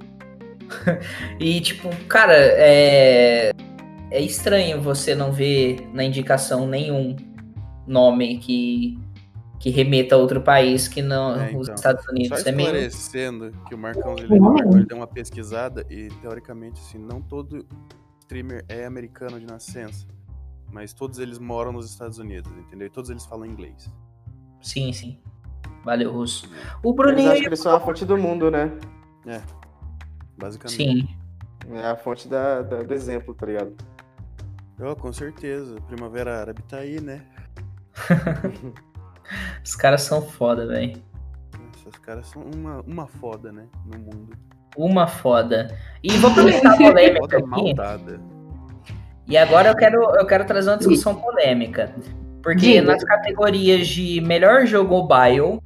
E, tipo, cara, é... é estranho você não ver na indicação nenhum nome que, que remeta a outro país que não É, os então. Estados Só Unidos. É meio... esclarecendo que o Marcão ele, o Marcão, ele deu uma pesquisada e, teoricamente, assim, não todo streamer é americano de nascença. Mas todos eles moram nos Estados Unidos, entendeu? E todos eles falam inglês. Sim, sim. Valeu, Russo. O Eles Bruninho... acham que eles são a fonte do mundo, né? Basicamente. Sim. É a fonte da, da- do exemplo, tá ligado? Oh, com certeza. Primavera Árabe tá aí, né? Os caras são foda, velho. Esses caras são uma, uma foda, né? No mundo. Uma foda. E vou aproveitar a polêmica Foda aqui. mal dada. E agora eu quero, eu quero trazer uma discussão polêmica. Porque Diga. nas categorias de melhor jogo mobile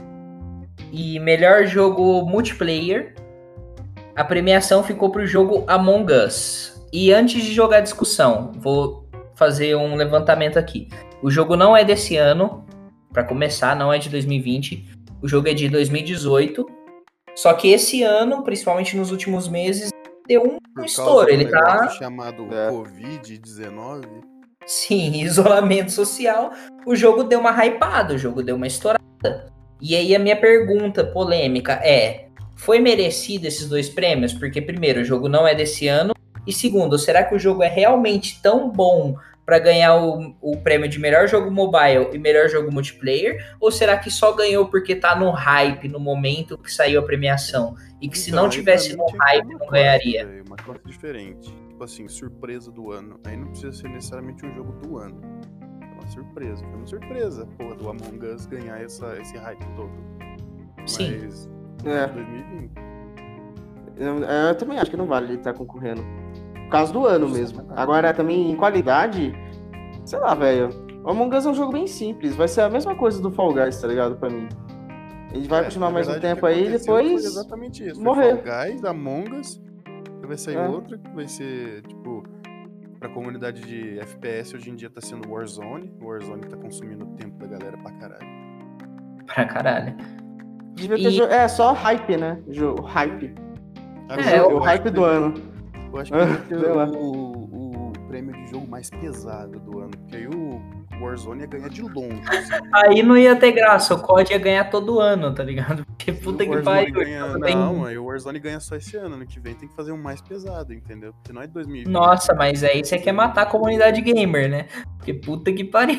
e melhor jogo multiplayer, a premiação ficou pro jogo Among Us. E antes de jogar a discussão, vou fazer um levantamento aqui. O jogo não é desse ano, para começar, não é de dois mil e vinte. O jogo é de dois mil e dezoito. Só que esse ano, principalmente nos últimos meses, deu um Por estouro. causa do Ele tá, negócio chamado É. covid dezenove. sim, isolamento social. O jogo deu uma hypada, o jogo deu uma estourada. E aí a minha pergunta polêmica é: foi merecido esses dois prêmios? Porque, primeiro, o jogo não é desse ano. E segundo, será que o jogo é realmente tão bom para ganhar o, o prêmio de melhor jogo mobile e melhor jogo multiplayer? Ou será que só ganhou porque tá no hype, no momento que saiu a premiação? E que se Então, não aí tivesse pra no mim tinha que ter hype, uma não classe, ganharia? véio, uma classe diferente. Tipo assim, surpresa do ano. Aí não precisa ser necessariamente um jogo do ano. É uma surpresa. Foi uma surpresa, porra, do Among Us ganhar essa, esse hype todo. Sim. Mas É. dois mil e vinte. Eu, eu também acho que não vale ele estar concorrendo. Por causa do ano mesmo. Agora, também, em qualidade, sei lá, velho. O Among Us é um jogo bem simples. Vai ser a mesma coisa do Fall Guys, tá ligado? Pra mim. Ele vai É, continuar na mais um verdade, o tempo que aí e aconteceu foi depois exatamente isso. morrer. Foi Fall Guys, Among Us, aí vai sair É. outra que vai ser, tipo, pra comunidade de F P S hoje em dia tá sendo Warzone. O Warzone tá consumindo o tempo da galera pra caralho. Pra caralho. Devia ter E- jogo. É, só hype, né? Jogo, hype. Agora, É, o eu acho hype que do devia- ano. Eu acho que Ah, vai ter sei lá. o, o prêmio de jogo mais pesado do ano, porque aí o Warzone ia ganhar de longe. assim. Aí não ia ter graça, o C O D ia ganhar todo ano, tá ligado? Porque puta o que Warzone pariu. ganha... jogo tem- Não, aí o Warzone ganha só esse ano. Ano que vem tem que fazer um mais pesado, entendeu? Porque não é de dois mil e vinte. Nossa, mas aí você quer matar a comunidade gamer, né? Porque puta que pariu.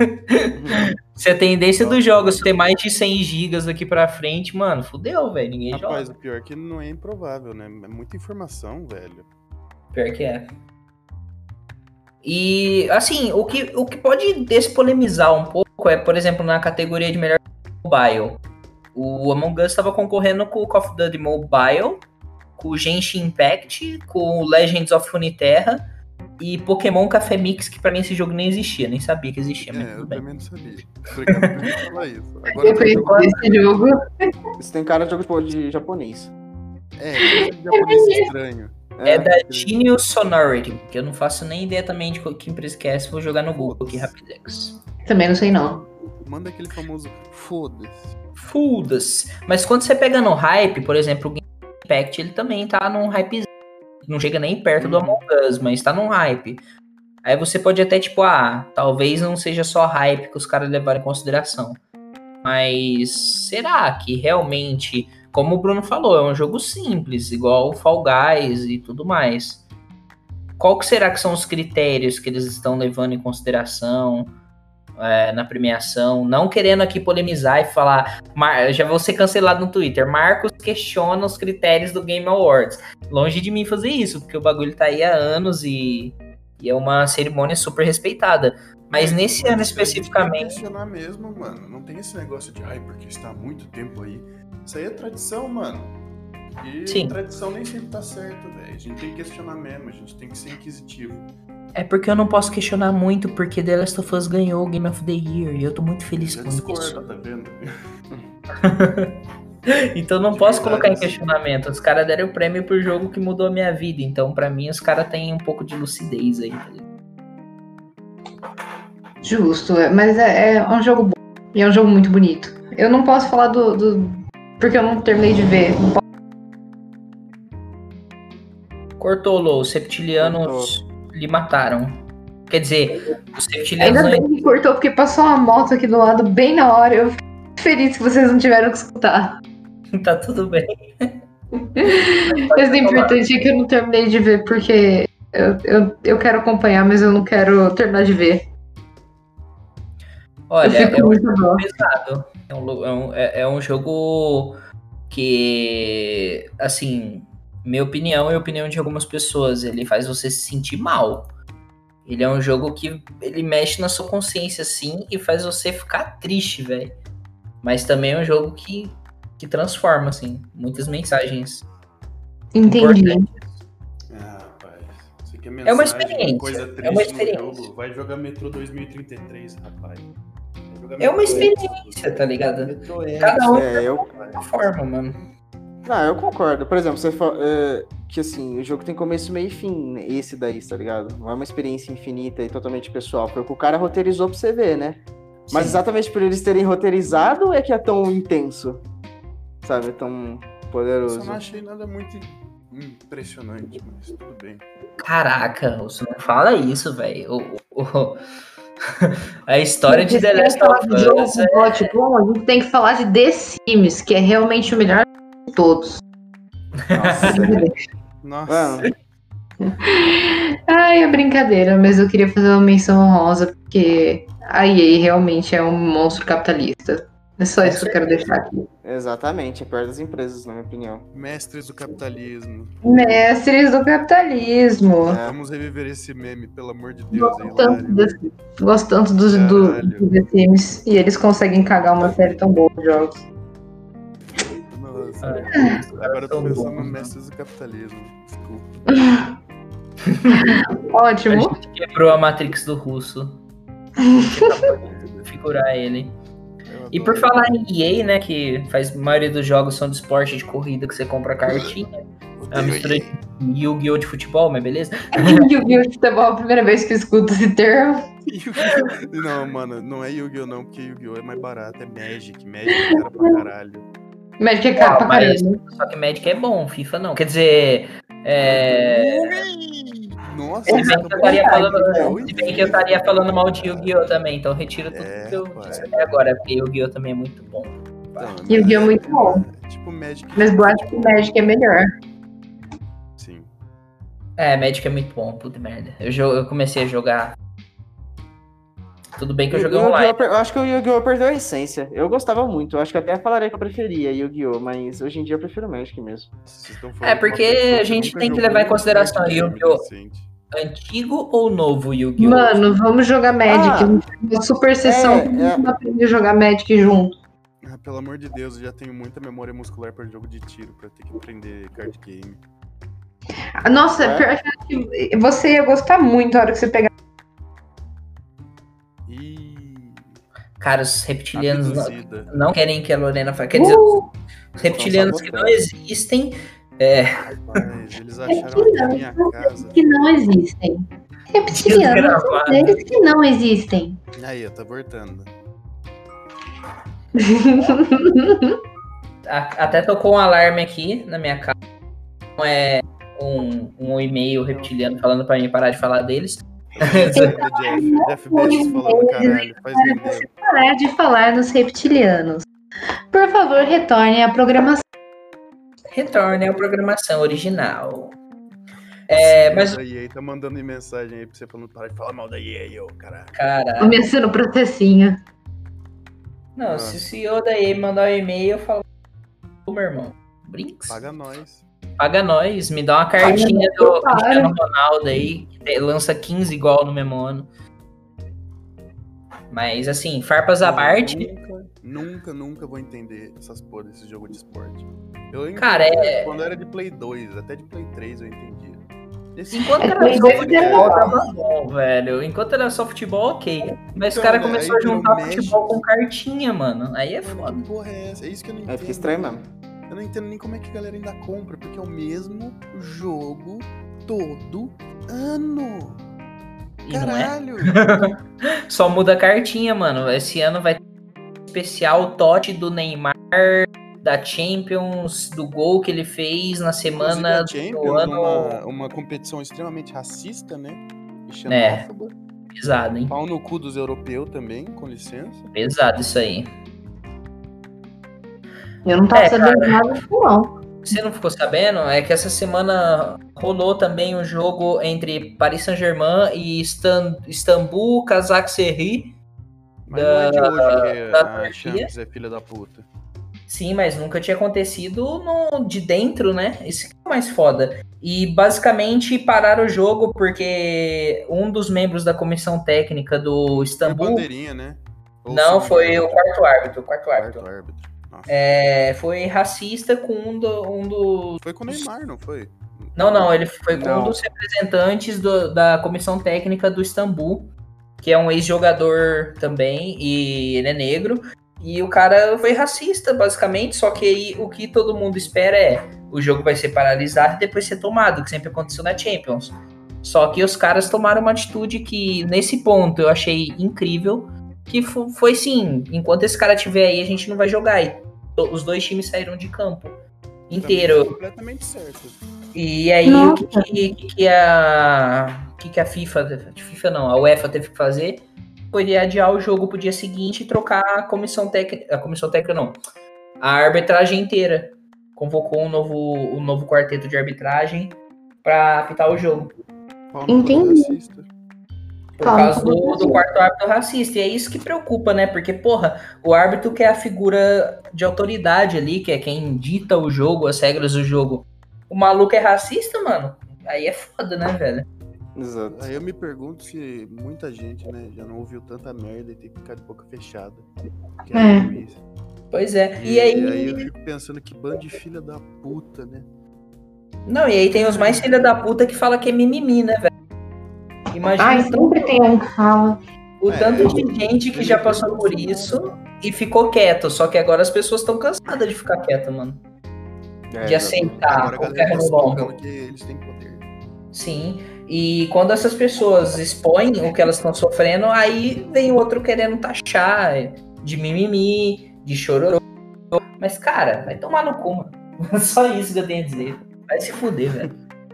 Se a tendência dos jogos ter mais de cem gigas daqui pra frente, mano, fudeu, velho. Ninguém Rapaz, joga. o pior é que não é improvável, né? É muita informação, velho. Pior que é. E, assim, o que, o que pode despolemizar um pouco é, por exemplo, na categoria de melhor mobile. O Among Us estava concorrendo com o Call of Duty Mobile, com o Genshin Impact, com o Legends of Runeterra e Pokémon Café Mix, que pra mim esse jogo nem existia, nem sabia que existia, mas É, tudo eu bem. também não sabia. Obrigado por me falar isso. Agora Eu tem um conheci jogo... esse jogo. Isso tem cara de jogo tipo, de japonês. É, tem um jogo japonês estranho. É da Genius Sonority, que eu não faço nem ideia também de que empresa que é essa, vou jogar no Google aqui rapidex. Também não sei não. Manda aquele famoso foda-se. Foda-se. Mas quando você pega no hype, por exemplo, o Genshin Impact, ele também tá num hype. Não chega nem perto do Among Us, mas tá num hype. Aí você pode até, tipo, ah, talvez não seja só hype que os caras levaram em consideração. Mas será que realmente, como o Bruno falou, é um jogo simples, igual o Fall Guys e tudo mais. Qual que será que são os critérios que eles estão levando em consideração é, na premiação? Não querendo aqui polemizar e falar, Mar... já vou ser cancelado no Twitter, Marcos questiona os critérios do Game Awards. Longe de mim fazer isso, porque o bagulho tá aí há anos e, e é uma cerimônia super respeitada. Mas nesse ano isso aí especificamente... Tem que questionar mesmo, mano. Não tem esse negócio de, ai, porque está há muito tempo aí. Isso aí é tradição, mano. E Sim. tradição nem sempre tá certo, velho. A gente tem que questionar mesmo, a gente tem que ser inquisitivo. É porque eu não posso questionar muito, porque The Last of Us ganhou o Game of the Year e eu tô muito feliz Já com isso. discorda, tá vendo? Então não De posso verdade, colocar em assim. questionamento. Os caras deram o prêmio pro jogo que mudou a minha vida. Então, pra mim, os caras têm um pouco de lucidez aí, tá ligado? Justo, é, mas é, é um jogo bom. E é um jogo muito bonito. Eu não posso falar do. do- porque eu não terminei de ver. Não posso- Cortou, Lô. Os septilianos lhe mataram. Quer dizer, os septilianos Ainda não... bem que cortou, porque passou uma moto aqui do lado bem na hora. Eu fico feliz que vocês não tiveram que escutar. Tá tudo bem. Mas o importante é que eu não terminei de ver, porque eu, eu, eu quero acompanhar, mas eu não quero terminar de ver. Olha, eu fico é um muito jogo dó. pesado. É um, lo- é um- é- é um jogo que, assim, minha opinião e a opinião de algumas pessoas, ele faz você se sentir mal. Ele é um jogo que ele mexe na sua consciência, sim, e faz você ficar triste, velho. Mas também é um jogo que, que transforma, assim, muitas mensagens. Entendi. importantes. Ah, rapaz. Você quer É uma mensagem, experiência, coisa é uma triste no experiência. jogo? Vai jogar Metrô dois mil e trinta e três, rapaz. Vai jogar É uma Metro experiência, tá ligado? Metro Exodus, Cada um É, eu, de uma forma, mano. não, eu concordo. Por exemplo, você fala é, que assim, o jogo tem começo, meio e fim, né? Esse daí, tá ligado? Não é uma experiência infinita e totalmente pessoal, porque o cara roteirizou pra você ver, né? Mas Sim. exatamente por eles terem roteirizado é que é tão intenso, sabe? É tão Eu poderoso. só não achei nada muito impressionante, mas tudo bem. Caraca, você não fala isso, velho. O, o- A história de Vocês The querem Last falar of de jogo Us com plot bom, a gente tem que falar de The Sims, que é realmente o melhor de todos. Nossa, Nossa, mano, Ai, é brincadeira, mas eu queria fazer uma menção honrosa, porque a E A realmente é um monstro capitalista. É só Com isso que eu quero deixar aqui. exatamente, é pior das empresas, na minha opinião. mestres do capitalismo. Mestres do capitalismo. É. Vamos reviver esse meme, pelo amor de Deus, é Gosto tanto, hilário. desse- gosto tanto dos do, Caralho. do The Sims. E eles conseguem cagar uma série tão boa de jogos. Nossa, Ah, agora eu tô tão pensando bom. no mestres do capitalismo. Desculpa. A Ótimo. gente quebrou a Matrix do russo. A gente acabou de configurar ele. Eu E por adoro. falar em E A, né, que faz a maioria dos jogos são de esporte de corrida que você compra cartinha. É uma Odeio mistura E de Yu-Gi-Oh! De futebol, mas beleza? Yu-Gi-Oh! Futebol é a primeira vez que eu escuto esse termo. A. Yu-Gi-Oh! Não, mano, não é Yu-Gi-Oh! Não, porque Yu-Gi-Oh! É mais barato, é Magic. Magic é cara pra caralho. Magic é caro pra Mas, caramba. só que Magic é bom, FIFA não. Quer dizer, é... Nossa, se É bem você que eu acabou estaria de falando, Yu-Gi-Oh! se bem que eu estaria falando mal de Yu-Gi-Oh! Também, então eu retiro tudo É, que eu rapaz. disse até agora, porque Yu-Gi-Oh! Também é muito bom. Então, Yu-Gi-Oh! é mas muito bom. é tipo Magic. Mas eu acho que o Magic é melhor. Sim. É, Magic é muito bom, puta merda. Eu, jo- eu comecei a jogar. Tudo bem que eu joguei Yu-Gi-Oh! online. per- Eu acho que o Yu-Gi-Oh! Perdeu a essência. Eu gostava muito. Eu acho que até falaria que eu preferia Yu-Gi-Oh! Mas hoje em dia eu prefiro Magic mesmo. Vocês estão falando É, com uma porque pessoa a que gente nunca tem que jogou levar em um consideração card game Yu-Gi-Oh! decente. Antigo ou novo Yu-Gi-Oh? Mano, vamos jogar Magic. Ah, A gente tem uma super sessão. é, Todo é. mundo aprender a jogar Magic junto. Ah, pelo amor de Deus, eu já tenho muita memória muscular para jogo de tiro, pra ter que aprender card game. Nossa, É? pior que você ia gostar muito na hora que você pegar. Ih, Cara, os reptilianos não, abduzida. não querem que a Lorena faça. Quer dizer, Uh, os reptilianos que não sabotando. existem. É, Rapaz, eles acharam aqui a minha casa. que não existem. Reptilianos são seres que não existem. Aí, eu tô abortando. a- até tocou um alarme aqui na minha casa. Não é um, um e-mail reptiliano falando pra mim parar de falar deles. Do Jeff, Jeff Bezos falando, caralho, faz vender. Parar de falar nos reptilianos. Por favor, retorne à programação. Retorne à programação original. É, mas, A E A tá mandando mensagem aí pra você falando, para de falar mal da E A, ô, caralho. cara, Começando o processinho. não, Ah. se o C E O da E A mandar um e-mail, eu falo, ô, meu irmão, Brinks, Paga nós. paga nós, me dá uma cartinha do Para. Cristiano Ronaldo aí, que te- lança quinze igual no mesmo ano. Mas, assim, farpas à parte, Nunca, nunca, nunca vou entender essas porra desse jogo de esporte. Eu entendi Cara, é- quando era de Play dois, até de Play três eu entendia. Esse enquanto É, era Play só dois futebol, era tava bom, velho. Enquanto era só futebol, ok. Mas Então, o cara né, começou aí a juntar virou futebol Magic. com cartinha, mano. Aí é Mano, foda. que porra é essa? É isso que eu não entendo. Aí fica estranho mesmo. Eu não entendo nem como é que a galera ainda compra, porque é o mesmo jogo todo ano. E não é? Caralho! Só muda a cartinha, mano. Esse ano vai ter um especial Totti do Neymar, da Champions, do gol que ele fez na semana Inclusive, a do Champions, ano. uma, uma competição extremamente racista, né? E É. xenófoba. Pesado, hein? Pau no cu dos europeus também, com licença. Pesado isso aí. Eu não tava É, sabendo nada disso, não. Você não ficou sabendo? É que essa semana rolou também um jogo entre Paris Saint-Germain e Istan- Istambul, Kazakh Serri. Mas não é de hoje que da a Turquia. Champions é filha da puta. Sim, mas nunca tinha acontecido no, de dentro, né? Isso que é o mais foda. E basicamente pararam o jogo porque um dos membros da comissão técnica do Foi Istambul. bandeirinha, né? Ou Não, segundo foi o árbitro? quarto árbitro. Quarto árbitro. Quarto árbitro. Nossa. É, foi racista com um, do, um dos. Foi com o Neymar, não foi? Não, não, ele foi com Não. um dos representantes do- da comissão técnica do Istambul, que é um ex-jogador também, e ele é negro. E o cara foi racista, basicamente, só que aí o que todo mundo espera é o jogo vai ser paralisado e depois ser tomado, que sempre aconteceu na Champions. Só que os caras tomaram uma atitude que, nesse ponto, eu achei incrível, que fo- foi sim, enquanto esse cara estiver aí, a gente não vai jogar. E to- os dois times saíram de campo inteiro. Completamente certo. E aí, Nossa. o que, que, que, que a, que, que a FIFA, FIFA não, a UEFA teve que fazer foi adiar o jogo pro dia seguinte e trocar a comissão técnica, a comissão técnica não, a arbitragem inteira. Convocou um novo, um novo quarteto de arbitragem pra apitar o jogo. Pau no cu do Entendi. racista. Por Tá, causa não do, pode do ser. quarto árbitro racista. E é isso que preocupa, né? Porque, porra, o árbitro que é a figura de autoridade ali, que é quem dita o jogo, as regras do jogo. O maluco é racista, mano? Aí é foda, né, velho? Exato. Aí eu me pergunto se muita gente, né, já não ouviu tanta merda e tem que ficar de boca fechada. Que É. é juiz. Pois é. E, E aí... aí eu fico pensando que bando de filha da puta, né? Não, e aí tem os mais filha da puta que fala que é mimimi, né, velho? Imagina Ai, o tanto, sempre tem um que fala. o É, tanto eu- de gente que eu já não passou penso por nisso, isso não. e ficou quieto. Só que agora as pessoas estão cansadas de ficar quietas, mano. É, De exato. aceitar Agora a qualquer galera tá se tocando relombo. que eles têm poder. Sim. E quando essas pessoas expõem o que elas estão sofrendo, aí vem outro querendo taxar de mimimi, de chororô. Mas, cara, vai tomar no cu, mano. Só isso que eu tenho a dizer. Vai se fuder, velho.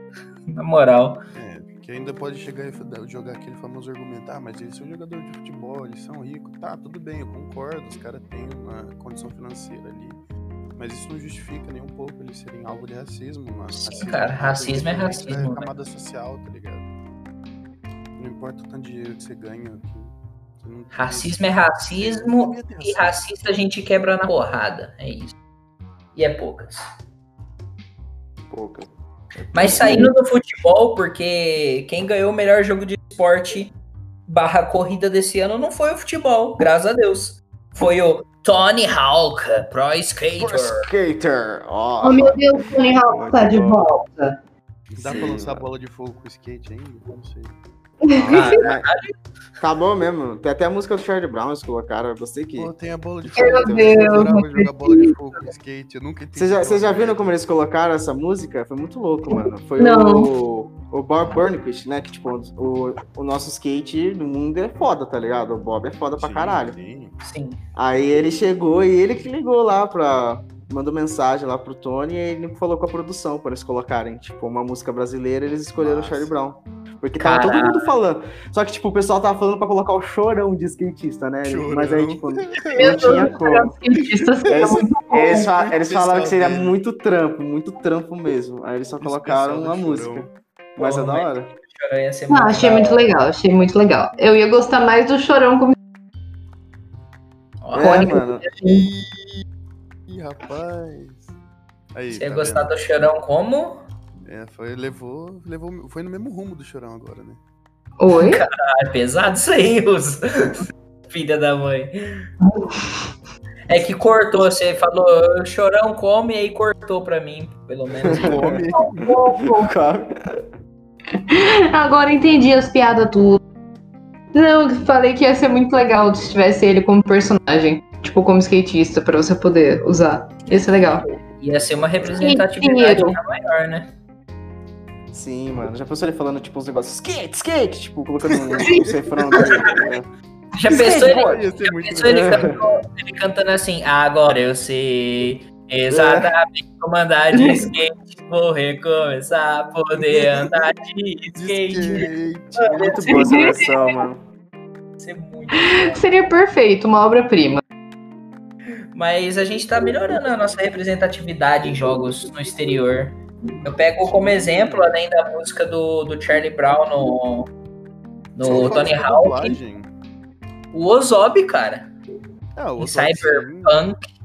Na moral. É, que ainda pode chegar e fa- jogar aquele famoso argumento, ah, mas eles são jogadores de futebol, eles são ricos. Tá, tudo bem, eu concordo, os caras têm uma condição financeira ali. Mas isso não justifica nem um pouco eles serem alvo de racismo, mano. Sim, cara, racismo é racismo, É camada social, tá ligado? Não importa o tanto de dinheiro que você ganha. que você não- Racismo é não racismo devia ter e racismo. racista a gente quebra na porrada. É isso. E é poucas. Pouca. Mas saindo do futebol, porque quem ganhou o melhor jogo de esporte barra corrida desse ano não foi o futebol, graças a Deus. Foi o Tony Hawk, Pro Skater. Skater. Ó. Oh, meu Deus, o Tony Hawk tá de Muito bom. volta. Dá Sim, pra lançar mano. bola de fogo com skate ainda? Eu não sei. Ah, é. Tá bom mesmo. Tem até a música do Charlie Brown, eles colocaram. Eu gostei que. Pô, tem a bola de Meu fogo. Deus, Eu adorava não jogar bola de fogo com skate. Eu nunca entendi. Vocês já, vocês já aquela viram merda. como eles colocaram essa música? Foi muito louco, mano. Foi Não. o, o Bob Burnquist, né? Que, tipo, o, o nosso skate no mundo é foda, tá ligado? O Bob é foda pra Sim, caralho. sim. Sim. Aí ele chegou e ele que ligou lá pra. Mandou mensagem lá pro Tony e ele falou com a produção pra eles colocarem, tipo, uma música brasileira, eles escolheram o Massa. Charlie Brown. Porque tava todo Caralho. mundo falando. Só que, tipo, o pessoal tava falando pra colocar o chorão de skatista, né? Chorão. Mas aí, tipo, Meu não tinha Deus, como. os skatistas que é Eles, muito bom. eles, fa- eles Pessoal falaram que seria dele. muito trampo, muito trampo mesmo. Aí eles só Esse colocaram pessoal a do música. Chorão. Mas é Porra, da mas- hora. Chorão ia ser Ah, muito achei da muito hora. legal, achei muito legal. Eu ia gostar mais do Chorão como Ó, É, mano. Ih, ih, rapaz. Aí, Você ia tá gostar vendo? do Chorão como? É, foi, levou, levou, foi no mesmo rumo do Chorão agora, né? Oi? Ah, é pesado isso aí, os... filha da mãe. É que cortou, você falou Chorão come e aí cortou pra mim, pelo menos. Come. Agora entendi as piadas tudo. Não, eu falei que ia ser muito legal se tivesse ele como personagem. Tipo, como skatista, pra você poder usar. Ia ser legal. Ia ser uma representatividade Sim, maior, né? Sim, mano. Já pensou ele falando, tipo, uns negócios skate, skate, tipo, colocando um, um cefrão dele, né? Já pensou ele, Skateboard. Ia ser muito pensou ele, legal. cantando, ele cantando assim, agora eu sei exatamente como andar de skate, vou recomeçar a poder andar de skate. skate. Muito boa essa versão, mano. Ia ser muito bom. Seria perfeito, uma obra-prima. Mas a gente tá melhorando a nossa representatividade em jogos no exterior. Eu pego como exemplo, além da música do, do Charlie Brown no, no Tony Hawk, o Ozob, cara. Ah, o Em Ozob, sim. Cyberpunk.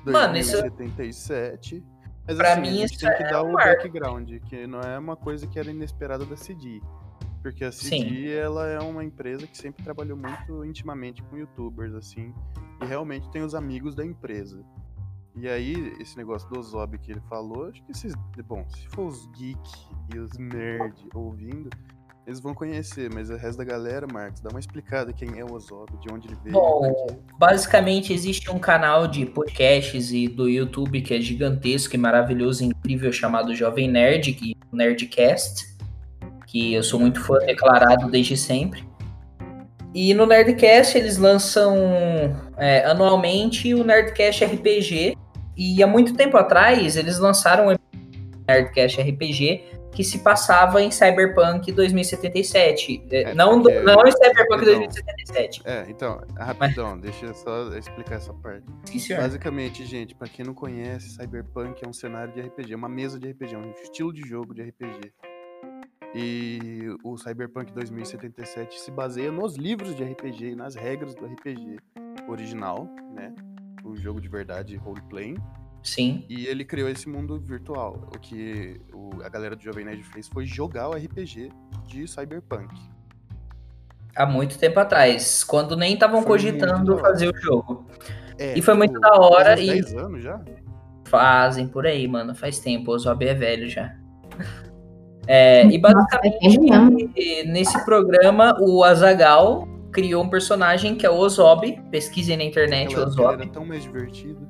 Mano, isso- dois mil e setenta e sete. Mas Pra assim, mim, a gente isso tem que é dar um o marco. background, que não é uma coisa que era inesperada da C D. Porque a C D, Sim. ela é uma empresa que sempre trabalhou muito intimamente com youtubers, assim, e realmente tem os amigos da empresa. E aí, esse negócio do Ozob que ele falou, acho que esses. Bom, se for os geek e os nerd ouvindo, eles vão conhecer, mas o resto da galera, Marcos, dá uma explicada quem é o Ozob, de onde ele veio, pra Bom, quê. basicamente existe um canal de podcasts e do YouTube que é gigantesco e maravilhoso e incrível chamado Jovem Nerd, que o Nerdcast, que eu sou muito fã declarado desde sempre. E no Nerdcast eles lançam é, anualmente o Nerdcast R P G, e há muito tempo atrás eles lançaram um Nerdcast R P G que se passava em Cyberpunk dois mil e setenta e sete. É, não, porque- não em Cyberpunk rapidão. dois mil e setenta e sete. É, então, rapidão, deixa eu só explicar essa parte. Sim, senhor. Basicamente, gente, pra quem não conhece, Cyberpunk é um cenário de R P G, uma mesa de R P G, um estilo de jogo de R P G. E o Cyberpunk dois mil e setenta e sete se baseia nos livros de R P G e nas regras do R P G original, né? O jogo de verdade, roleplay. Sim. E ele criou esse mundo virtual. O que o- a galera do Jovem Nerd fez foi jogar o R P G de Cyberpunk. Há muito tempo atrás, quando nem estavam Foi muito cogitando da hora. fazer o jogo. É, E foi muito tipo, da hora faz uns e- dez anos já? Fazem por aí, mano. Faz tempo. O Zob é velho já. É, e basicamente, nesse programa, o Azaghal criou um personagem que é o Ozob. Pesquisem na internet o Naquela época ele Ozob. era tão mais divertido.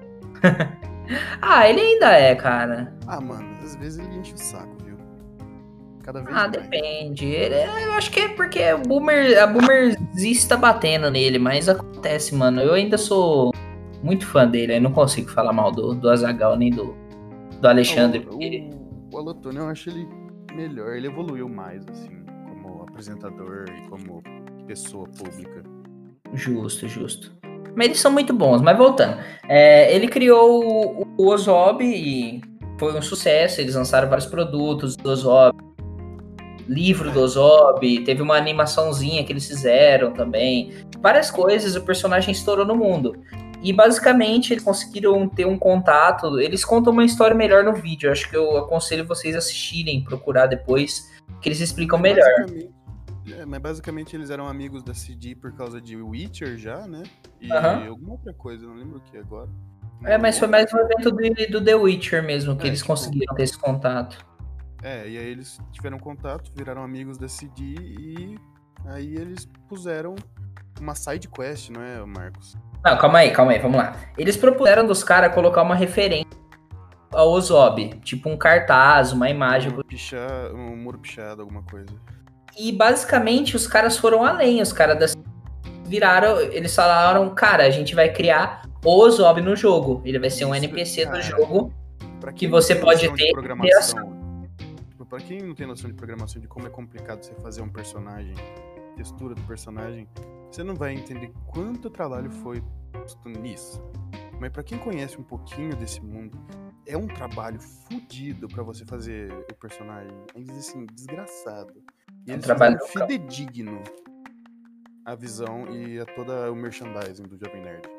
Ah, ele ainda é, cara. Ah, mano, às vezes ele enche o saco, viu? Cada vez Ah, mais. depende. Ele é- eu acho que é porque o boomer, a boomerzice tá batendo nele, mas acontece, mano. Eu ainda sou muito fã dele. Eu não consigo falar mal do, do Azaghal nem do, do Alexandre. Ah, porque- o, o, o Alotone, eu acho ele melhor. Ele evoluiu mais, assim, como apresentador e como pessoa pública. Justo, justo. Mas eles são muito bons, mas voltando. É, ele criou o, o Ozob e foi um sucesso. Eles lançaram vários produtos do Ozob. Livro do Ozob, teve uma animaçãozinha que eles fizeram também. Várias coisas, o personagem estourou no mundo. E basicamente eles conseguiram ter um contato. Eles contam uma história melhor no vídeo. Acho que eu aconselho vocês a assistirem, procurar depois, que eles explicam Mas melhor. basicamente- É, mas basicamente eles eram amigos da C D por causa de Witcher já, né? E Aham. alguma outra coisa, não lembro o que agora. É, mas foi mais um evento do, do The Witcher mesmo, que É, eles tipo- conseguiram ter esse contato. É, e aí eles tiveram contato, viraram amigos da C D e aí eles puseram uma side quest, não é, Marcos? Não, calma aí, calma aí, vamos lá. Eles propuseram dos caras colocar uma referência ao Ozob, tipo um cartaz, uma imagem. Um, pichar, um muro pichado, alguma coisa. E basicamente os caras foram além, os caras da viraram, eles falaram, cara, a gente vai criar o Ozob no jogo. Ele vai ser um Isso, N P C cara. do jogo. Pra Que quem você não tem pode noção de ter programação, tipo, pra quem não tem noção de programação, de como é complicado você fazer um personagem, textura do personagem, você não vai entender quanto trabalho foi posto nisso. Mas pra quem conhece um pouquinho desse mundo, é um trabalho fodido pra você fazer o personagem. É assim, desgraçado. E É um eles trabalho fizeram fidedigno a visão e a toda o merchandising do Jovem Nerd.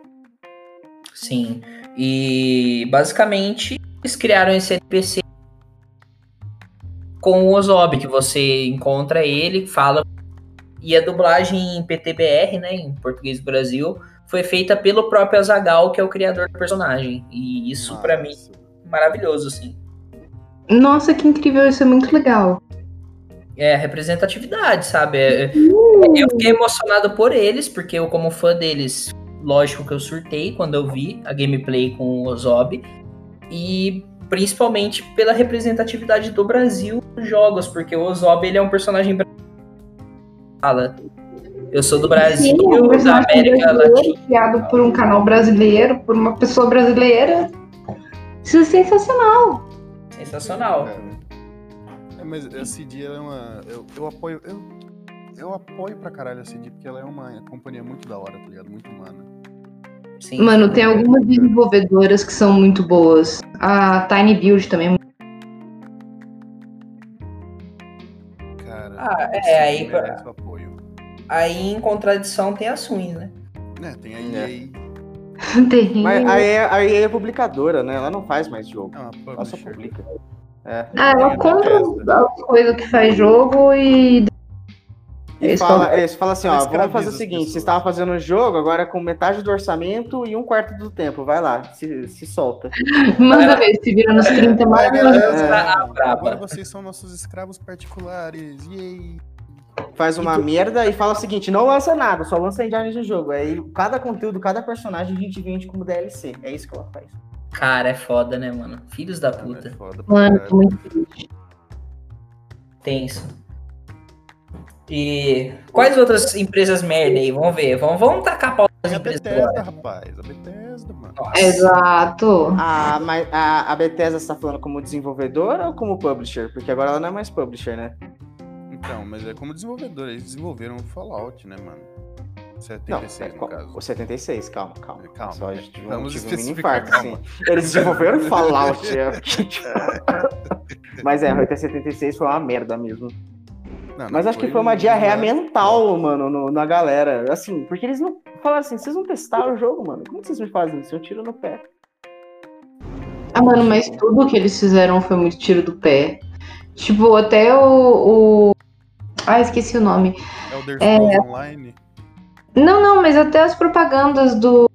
Sim. E basicamente eles criaram esse N P C com o Ozob, que você encontra ele, fala. E a dublagem em P T B R, né, em português do Brasil, foi feita pelo próprio Azaghal, que é o criador do personagem. E isso, Massa. pra mim, é maravilhoso, assim. Nossa, que incrível, isso é muito legal. É representatividade, sabe? É- Eu fiquei emocionado por eles, porque eu, como fã deles, lógico que eu surtei quando eu vi a gameplay com o Ozob. E principalmente pela representatividade do Brasil nos jogos, porque o Ozob, ele é um personagem brasileiro. Fala, eu sou do Brasil, Sim, um da personagem América brasileiro, Latina. criado por um canal brasileiro, por uma pessoa brasileira. Isso é sensacional. Sensacional. Cara. É, mas a C D ela é uma. Eu, eu apoio. Eu, eu apoio pra caralho a C D, porque ela é uma companhia muito da hora, tá ligado? Muito humana. Sim. Mano, tem algumas desenvolvedoras que são muito boas. A Tiny Build também é muito. Cara, Ah, é, a C D aí pra- merece o apoio. Aí, em contradição, tem ações, né? Né, tem a É. E A. Terrível. Mas a E A, a E A é publicadora, né? Ela não faz mais jogo. É uma Ela só publisher. publica. É. Ah, ela compra as coisas que faz jogo e. E Eles fala, falam- eles falam assim, Ela ó, vamos escraviza fazer o as seguinte, pessoas. você estava fazendo um jogo, agora com metade do orçamento e um quarto do tempo, vai lá, se, se solta. Manda ver se vira nos trinta Vai, mais. beleza. É. Agora vocês são nossos escravos particulares. Yay! Faz uma merda e fala o seguinte, não lança nada, só lança engine de jogo. Aí cada conteúdo, cada personagem a gente vende como D L C. É isso que ela faz. Cara, é foda, né, mano? Filhos da Cara, é puta. foda pra Mano, caralho. tô muito triste. Tenso. E quais outras empresas merda aí? Vamos ver. Vamos, vamos tacar a pau das É a empresas Bethesda, agora. rapaz. A Bethesda, mano. Nossa. Exato. A, mas a, a Bethesda você tá falando como desenvolvedora ou como publisher? Porque agora ela não é mais publisher, né? Então, mas é como desenvolvedor. Eles desenvolveram o Fallout, né, mano? Não, setenta e seis, é, no qual- caso. o setenta e seis, calma, calma. Calma, Só a né? gente Vamos tive um mini especificar, infarto, calma. sim. Eles desenvolveram Fallout, é, porque, tipo... Mas é, o setenta e seis foi uma merda mesmo. Não, não Mas acho que foi uma um- diarreia não, mental, mano, no- na galera. Assim, porque eles não falaram assim, vocês não testaram o jogo, mano. Como vocês me fazem isso? Eu tiro no pé. Ah, mano, mas tudo que eles fizeram foi muito tiro do pé. Tipo, até o. o... Ah, esqueci o nome. Elder Scrolls Online. Não, não, mas até as propagandas do.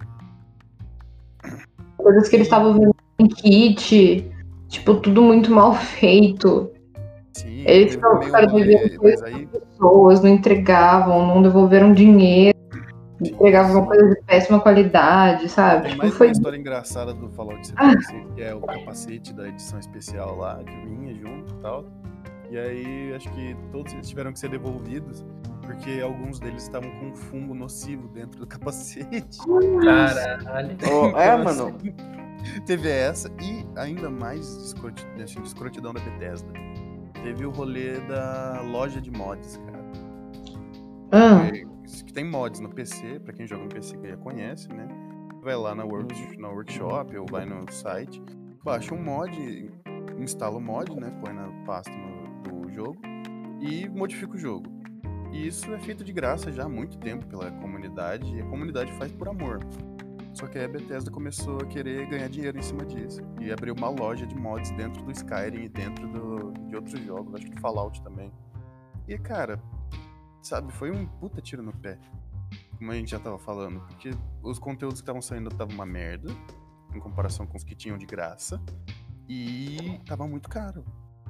Coisas que eles estavam vendo em kit. Tipo, tudo muito mal feito. Sim, Eles teve não meio ficaram rolê, devendo mas coisas aí para pessoas, não entregavam, não devolveram dinheiro, entregavam coisas de péssima qualidade, sabe? tem Tipo, mais foi. uma história engraçada do Fallout setenta e seis, que é o capacete da edição especial lá, que vinha junto e tal. E aí, acho que todos eles tiveram que ser devolvidos, porque alguns deles estavam com um fungo nocivo dentro do capacete. Caralho. Oh, é, Então, mano. assim, teve essa e ainda mais escroti- assim, de escrotidão da Bethesda. Teve o rolê da loja de mods, cara. Ah, É, que tem mods no P C, pra quem joga no P C que já conhece, né? Vai lá na, work, na workshop ou vai no site, baixa um mod, instala o mod, né? Põe na pasta no, do jogo e modifica o jogo. E isso é feito de graça já há muito tempo pela comunidade, e a comunidade faz por amor. Só que aí a Bethesda começou a querer ganhar dinheiro em cima disso. E abriu uma loja de mods dentro do Skyrim e dentro do, de outros jogos, acho que do Fallout também. E, cara, sabe, foi um puta tiro no pé. Como a gente já tava falando. Porque os conteúdos que estavam saindo estavam uma merda, em comparação com os que tinham de graça. E tava muito caro.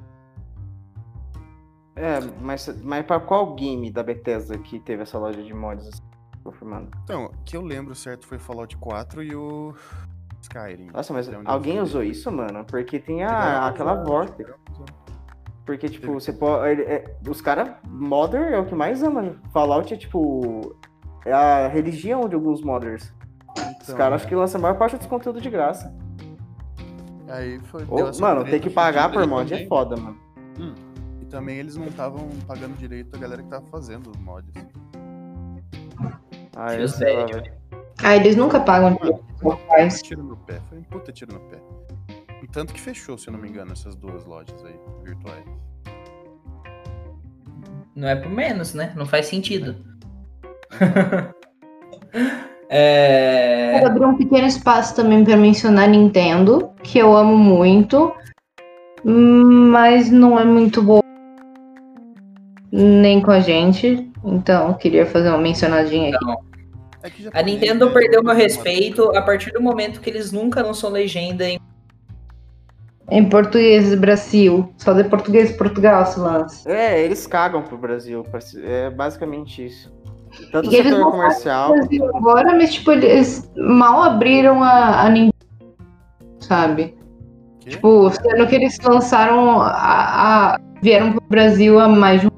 É, mas, mas pra qual game da Bethesda que teve essa loja de mods? Assim, confirmando. Então, o que eu lembro certo foi Fallout quatro e o Skyrim. Nossa, mas Até onde eu alguém vi. usou isso, mano? Porque tem a, Chegaram a aquela usar, vortex. chegaram a usar. Porque, tipo, Teve- você pode. ele- é- os caras, modder é o que mais ama. Fallout é, tipo. É a religião de alguns modders. Os Então, caras acham que lançam a maior parte dos conteúdos de graça. Aí foi, Ô, deu essa mano, treta ter que de pagar por direito mod também. é foda, mano. Hum. E também eles não estavam pagando direito a galera que tava fazendo os mods. Ah, eu Deus sei lá, velho. velho. ah, eles nunca pagam dinheiro Mano, pros foi um puta locais. tiro no pé. Foi um puta tiro no pé. E tanto que fechou, se eu não me engano, essas duas lojas aí, virtuais. Não é por menos, né? Não faz sentido. é... Quero abrir um pequeno espaço também pra mencionar Nintendo, que eu amo muito, mas não é muito boa nem com a gente. Então, eu queria fazer uma mencionadinha aqui. É que A japonês, Nintendo né, perdeu meu tem uma- respeito a partir do momento que eles nunca lançam legenda em... Em português, Brasil. Só de português, Portugal se lança. É, eles cagam pro Brasil. parece- É basicamente isso. Tanto o E eles setor não comercial. Brasil agora, mas tipo, eles mal abriram a, a Nintendo, sabe? Quê? Tipo, sendo que eles lançaram a, a- vieram pro Brasil há mais de um.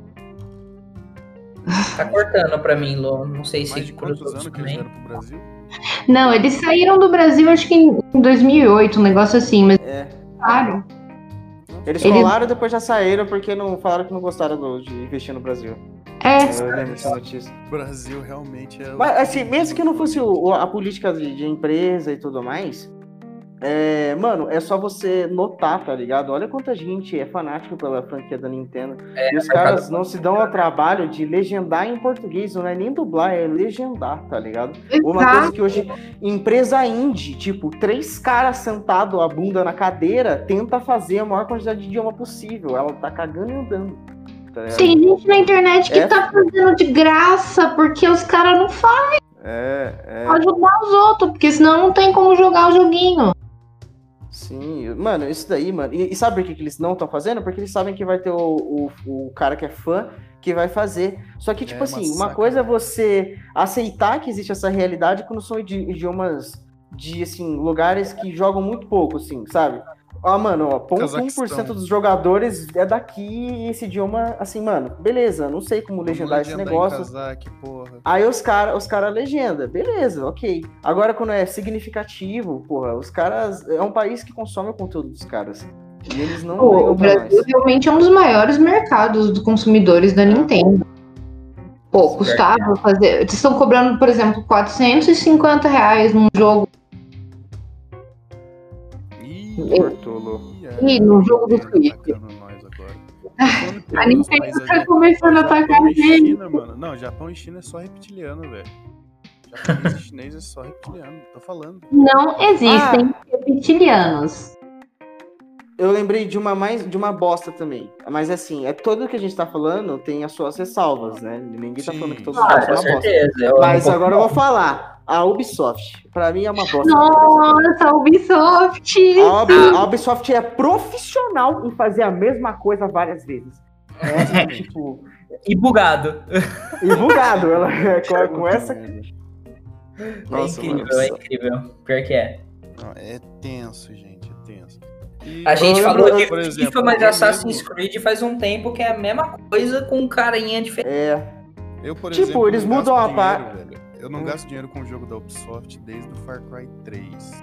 Tá cortando pra mim, Lô. Não sei se Mais de pros quantos outros anos que eles também. vieram pro Brasil? Não, eles saíram do Brasil acho que em dois mil e oito, um negócio assim, mas É. claro. Eles Eles- colaram e depois já saíram porque não falaram que não gostaram do- de investir no Brasil. É, Eu lembro dessa notícia. O Brasil realmente é. o- Mas assim, mesmo que não fosse o- a política de, de empresa e tudo mais, É, mano, é só você notar, tá ligado? Olha quanta gente é fanático pela franquia da Nintendo. É, e os caras não se dão ao trabalho de legendar em português, não é nem dublar, é legendar, tá ligado? Uma coisa que hoje, empresa indie, tipo, três caras sentados, a bunda na cadeira, tenta fazer a maior quantidade de idioma possível. Ela tá cagando e andando. Tá ligado? Tem gente na internet que É. tá fazendo de graça porque os caras não fazem É, é. pra ajudar os outros, porque senão não tem como jogar o joguinho. Sim, mano, isso daí, mano. E, e sabe por que, que eles não estão fazendo? Porque eles sabem que vai ter o, o, o cara que é fã que vai fazer. Só que, tipo É, assim, uma uma coisa é você aceitar que existe essa realidade quando são idi- idiomas de, assim, lugares que jogam muito pouco, assim, sabe? Ó, mano, ó, zero ponto um por cento dos jogadores é daqui e esse idioma, assim, mano, beleza, não sei como legendar esse negócio. Kazakh, porra. Aí os caras os cara legenda, beleza, ok. Agora quando é significativo, porra, os caras. É um país que consome o conteúdo dos caras. E eles não Pô, ligam o pra Brasil nós. realmente é um dos maiores mercados dos consumidores da Nintendo. Pô, custava fazer. Eles estão cobrando, por exemplo, quatrocentos e cinquenta reais num jogo. Ih, Tortolo. Ih, no jogo do Switch. atacando nós agora. A Nintendo tá começando a atacar Japão e gente. China, mano. Não, Japão e China é só reptiliano, velho. Japonês e chinês é só reptiliano, tô falando. Não existem reptilianos. Eu lembrei de uma mais de uma bosta também. Mas assim, é tudo que a gente tá falando tem as suas ressalvas, né? Ninguém tá Sim. falando que todos os Ah, jogos com são uma bosta. certeza. Eu- Mas agora eu vou falar. A Ubisoft, pra mim é uma bosta. Nossa, Ubisoft! A, Ubi, a Ubisoft é profissional em fazer a mesma coisa várias vezes. É, tipo, E bugado. e bugado.Ela, com, com essa. Nossa, é incrível, mano, é incrível. Pior que é. Não, é tenso, gente, é tenso. E, A gente Eu falou lembro, de por FIFA, exemplo, mas eu Assassin's mesmo- Creed faz um tempo que é a mesma coisa com um carinha diferente. É, Eu, por Tipo, exemplo, eles não mudam gasto a pa- dinheiro, velho. Eu não Hum. gasto dinheiro com o jogo da Ubisoft desde o Far Cry três.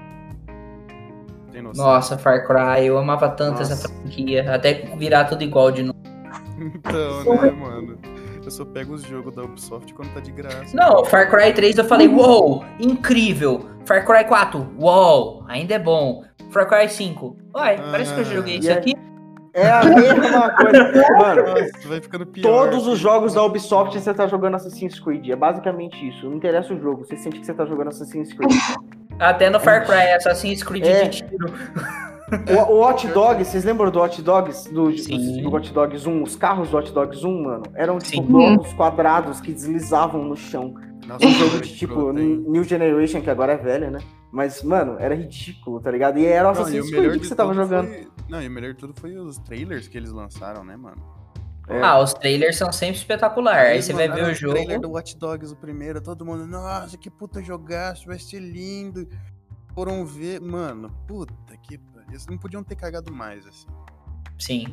Tem noção? Nossa, Far Cry, eu amava tanto Nossa. essa franquia. Até virar tudo igual de novo. Então, né, mano? Eu só pego os jogos da Ubisoft quando tá de graça. Não, Far Cry três eu falei, uou, incrível. Far Cry quatro, uou, ainda é bom. Far Cry cinco, uai, parece que eu joguei isso e é- aqui. é a mesma coisa. Mano, Nossa, vai ficando pior. todos os jogos da Ubisoft você tá jogando Assassin's Creed. É basicamente isso. Não interessa o jogo, você sente que você tá jogando Assassin's Creed. Até no Far Cry, Assassin's Creed É. de tiro. O, o Hot Dogs, vocês lembram do Hot Dogs? Do, Sim. do Hot Dogs um? Os carros do Hot Dogs um, mano, eram tipo Sim. blocos quadrados que deslizavam no chão. Nossa, Um jogo cara, de tipo escroto, hein? New Generation, que agora é velha, né? Mas, mano, era ridículo, tá ligado? E era o Não, e Assassin's o melhor Creed que de você tava tudo jogando. foi- Não, e o melhor de tudo foi os trailers que eles lançaram, né, mano? É. Ah, os trailers são sempre espetaculares. Aí Eles você vai ver mandaram o jogo. trailer do Watch Dogs, o primeiro, todo mundo, nossa, que puta jogaço, vai ser lindo. Foram ver, mano, puta que pariu. Eles não podiam ter cagado mais, assim. Sim.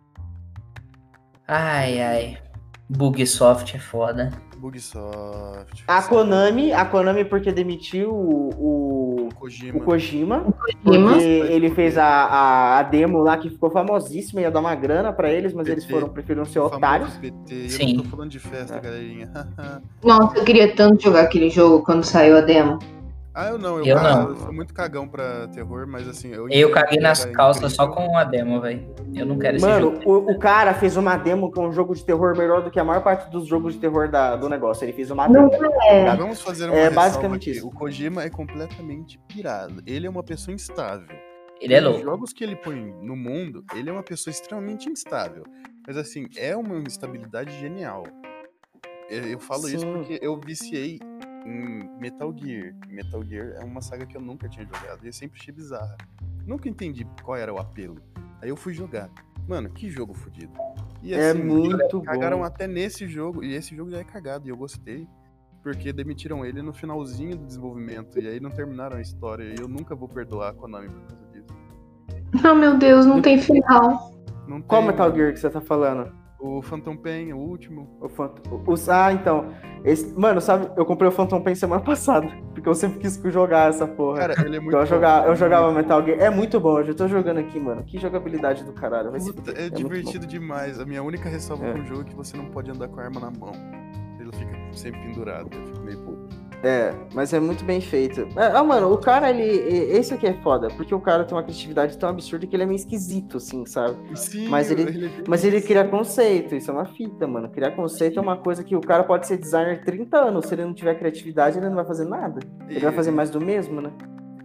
Ai, ai. Bugsoft é foda. Bugsoft. A Konami, a Konami porque demitiu o, o, Kojima. o Kojima, Kojima. porque ele fez a, a, a demo lá que ficou famosíssima, ia dar uma grana pra eles, mas eles B T. foram, preferiram ser O famoso otários. B T. Eu Sim. não tô falando de festa, É. galerinha. Nossa, eu queria tanto jogar aquele jogo quando saiu a demo. ah, eu não, eu, Eu cara, não. eu sou muito cagão pra terror, mas assim, eu Eu entendo caguei que nas era calças só incrível. com a demo, velho. Eu não quero esse Mano, jogo. o, o cara fez uma demo com um jogo de terror melhor do que a maior parte dos jogos de terror da, do negócio. Ele fez uma Não demo. é. Vamos fazer uma É ressalva basicamente aqui. isso. O Kojima é completamente pirado. Ele é uma pessoa instável. Ele é Os louco. jogos que ele põe no mundo, ele é uma pessoa extremamente instável. Mas assim, é uma instabilidade genial. Eu, eu falo isso Sim. porque eu viciei em Metal Gear. Metal Gear é uma saga que eu nunca tinha jogado e eu sempre achei bizarra. Nunca entendi qual era o apelo. Aí eu fui jogar. Mano, que jogo fodido. E É assim, muito cagaram bom. até nesse jogo, e esse jogo já é cagado, e eu gostei. Porque demitiram ele no finalzinho do desenvolvimento, e aí não terminaram a história, e eu nunca vou perdoar a Konami por causa disso. Oh, meu Deus, não tem final. Não Qual tem Metal Gear que você tá falando? O Phantom Pain, o último. O Phant- os- ah, então. Esse, mano, sabe, eu comprei o Phantom Pain semana passada. Porque eu sempre quis jogar essa porra. Cara, ele é muito Então eu bom. jogava, eu jogava Metal Gear. É muito bom, eu já tô jogando aqui, mano. Que jogabilidade do caralho. Vai se Puta, fuder. é muito divertido demais. A minha única ressalva É. com o jogo é que você não pode andar com a arma na mão. Ele fica sempre pendurado, eu fico meio puto. É, mas é muito bem feito. É, ah, mano, o cara, ele. Esse aqui é foda, porque o cara tem uma criatividade tão absurda que ele é meio esquisito, assim, sabe? Sim, Mas ele, ele- mas ele cria conceito, isso é uma fita, mano. Criar conceito é uma coisa que o cara pode ser designer trinta anos, se ele não tiver criatividade, ele não vai fazer nada. Ele vai fazer mais do mesmo, né?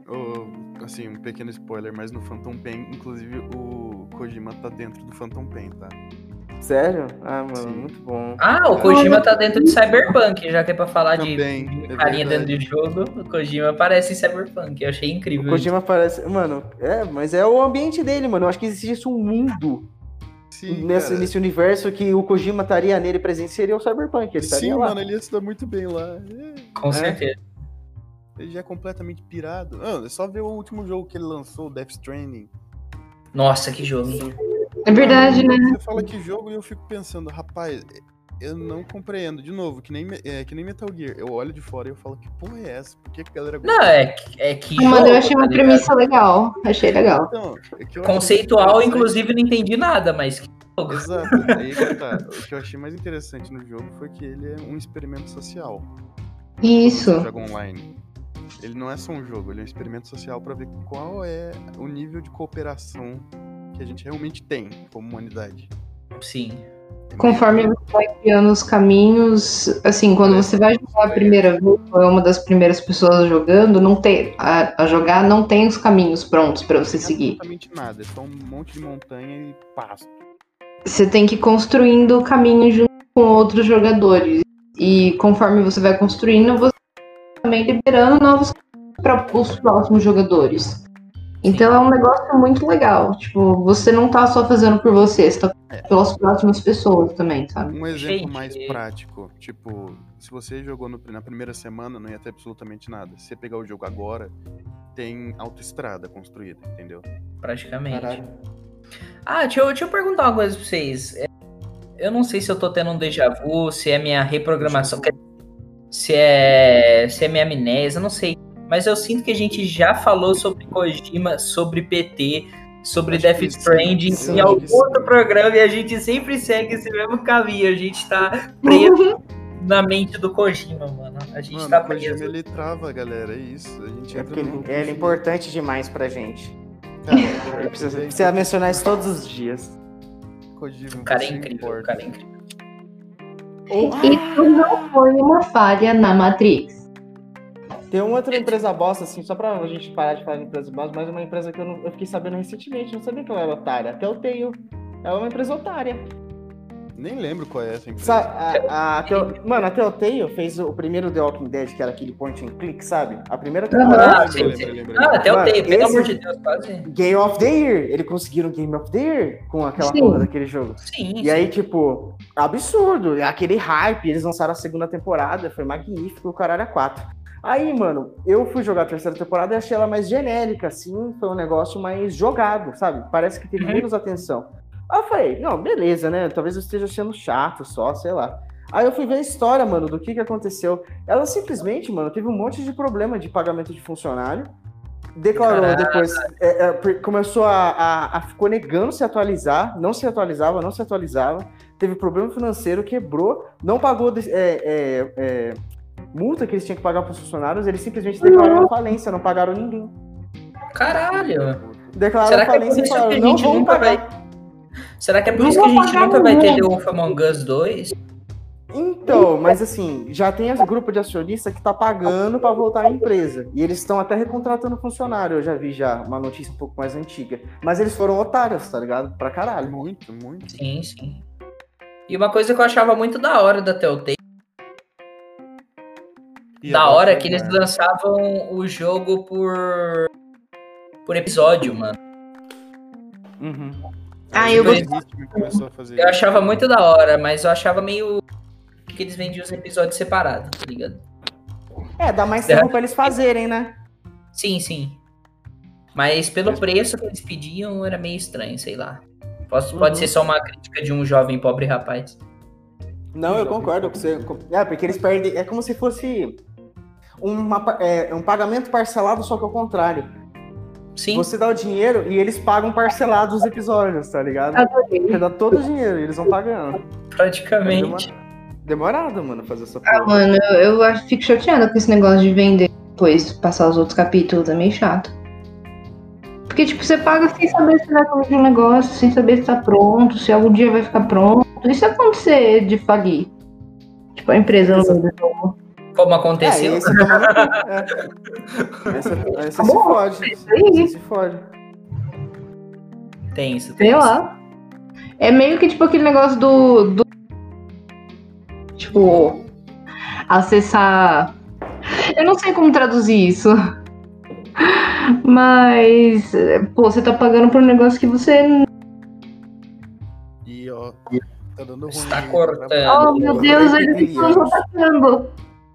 o- assim, um pequeno spoiler, mas no Phantom Pain, inclusive o Kojima tá dentro do Phantom Pain, tá? Sério? Ah, mano, Sim. muito bom. Ah, o Kojima tá dentro de Cyberpunk, já que é pra falar de, Também, de é carinha dentro verdade. do jogo, o Kojima aparece em Cyberpunk. Eu achei incrível. O Kojima parece. Mano, é, mas é o ambiente dele, mano. Eu acho que existe um mundo Sim, nesse, cara. nesse universo que o Kojima estaria nele presente, seria o Cyberpunk. Ele estaria Sim, lá. mano, ele ia se dar muito bem lá. É, Com certeza. ele já é completamente pirado. Ah, é só ver o último jogo que ele lançou, o Death Stranding. Nossa, que jogo. É verdade, né? Você fala que jogo e eu fico pensando, rapaz, eu não compreendo. De novo, que nem, é, que nem Metal Gear. Eu olho de fora e eu falo, que porra é essa? Por que, que a galera gosta? Não, é, que- é que Mas jogo, eu achei uma tá ligado? premissa legal. Achei legal. Então, é que eu achei Conceitual, interessante- inclusive, não entendi nada, mas que jogo. Exato, aí que tá. O que eu achei mais interessante no jogo foi que ele é um experimento social. Isso. Você joga online. Ele não é só um jogo, ele é um experimento social pra ver qual é o nível de cooperação que a gente realmente tem como humanidade. Sim. Conforme você vai criando os caminhos, assim, quando você vai jogar a primeira vez, ou é uma das primeiras pessoas jogando, não tem a, a jogar não tem os caminhos prontos pra você seguir. Absolutamente nada, é só um monte de montanha e pasto. Você tem que ir construindo o caminho junto com outros jogadores. E conforme você vai construindo, você também liberando novos para os próximos jogadores. Então é um negócio muito legal. Tipo, você não tá só fazendo por você, você tá fazendo pelas próximas pessoas também, sabe? Um exemplo Gente, mais prático, tipo, se você jogou no- na primeira semana, não ia ter absolutamente nada. Se você pegar o jogo agora, tem autoestrada construída, entendeu? Praticamente. Caralho. Ah, deixa eu, deixa eu perguntar uma coisa pra vocês. É, Eu não sei se eu tô tendo um déjà vu, se é minha reprogramação, quer- se é, se é minha amnésia, eu não sei. Mas eu sinto que a gente já falou sobre Kojima, sobre P T, sobre Acho Death que sim, Stranding sim, em acho algum que sim. outro programa e a gente sempre segue esse mesmo caminho. A gente tá preso na mente do Kojima, mano. A gente Mano, tá o Kojima, preso. ele trava a galera, é isso. A gente É entra porque no ele, grupo ele é infinito. importante demais pra gente. Cara, Ele precisa, ele é precisa mencionar isso todos os dias. Kojima, O cara é você incrível, importa. o cara é incrível. Isso não foi uma falha na Matrix. Tem uma outra empresa bosta, assim, só pra gente parar de falar de empresa bosta, mas uma empresa que eu, não, eu fiquei sabendo recentemente, não sabia que ela era otária. Até o Telltale. Ela é uma empresa otária. Nem lembro qual é essa empresa. Sa- a, a, Tell- mano, a Telltale fez o primeiro The Walking Dead, que era aquele point and click, sabe? A primeira temporada. Ah, lembro, sim, lembro, sim. lembro, Ah, até eu Mano, tenho, pelo esse- amor de Deus, quase. Game of the Year. Eles conseguiram Game of the Year com aquela Sim. porra daquele jogo. Sim, E sim. aí, tipo, absurdo. Aquele hype, eles lançaram a segunda temporada, foi magnífico, o caralho é quatro. Aí, mano, eu fui jogar a terceira temporada e achei ela mais genérica, assim, foi um negócio mais jogado, sabe? Parece que teve Uhum. menos atenção. Aí eu falei, não, beleza, né? Talvez eu esteja sendo chato só, sei lá. Aí eu fui ver a história, mano, do que que aconteceu. Ela simplesmente, mano, teve um monte de problema de pagamento de funcionário. Declarou Caraca. depois, é, é, por- começou a, a, a ficou negando se atualizar, não se atualizava, não se atualizava. Teve problema financeiro, quebrou, não pagou é, é, é, multa que eles tinham que pagar para os funcionários, eles simplesmente declararam falência, não pagaram ninguém. Caralho. Declararam Será que é por falência e isso que falaram, a não gente vamos nunca pagar. vai... Será que é por Não isso que a vou gente pagar nunca vai ter ninguém. The Wolf Among Us dois? Então, mas assim, já tem esse grupo de acionistas que tá pagando para voltar à empresa. E eles estão até recontratando funcionário. Eu já vi já uma notícia um pouco mais antiga. Mas eles foram otários, tá ligado? Pra caralho. Muito, muito. Sim, sim. E uma coisa que eu achava muito da hora da Telltale, E da agora hora foi é que eles mar. lançavam o jogo por por episódio, mano. Uhum. Ah, eu Aí gostei. o ritmo começou a fazer Eu achava muito da hora, mas eu achava meio que eles vendiam os episódios separados, tá ligado? É, dá mais É. tempo pra eles fazerem, né? Sim, sim. Mas pelo preço que eles pediam, era meio estranho, sei lá. Posso, pode Uhum. ser só uma crítica de um jovem pobre rapaz. Não, eu concordo com você. É, porque eles perdem. É como se fosse uma, pa- é, um pagamento parcelado, só que ao contrário. Sim, Você dá o dinheiro e eles pagam parcelado os episódios, tá ligado? Adorei. Você dá todo o dinheiro e eles vão pagando. praticamente. Deu demorado, mano, fazer essa Ah, porra. mano, eu, eu acho- fico chateada com esse negócio de vender depois, passar os outros capítulos, é meio chato. Porque, tipo, você paga sem saber se vai corrigir um negócio, sem saber se tá pronto, se algum dia vai ficar pronto. E se acontecer de falir? Tipo, a empresa no meio do jogo. Como É, aconteceu. esse toma no cu. É. Esse, esse se Bom, fode. aí. Esse se fode. Tem isso, tem Sei isso. lá. É meio que tipo aquele negócio do. do tipo, acessar. Eu não sei como traduzir isso. Mas, pô, você tá pagando por um negócio que você. E ó, tá dando ruim. Está aí, tá cortando. travando. Oh, meu Por Deus, aí, eles estão trilhões. atacando.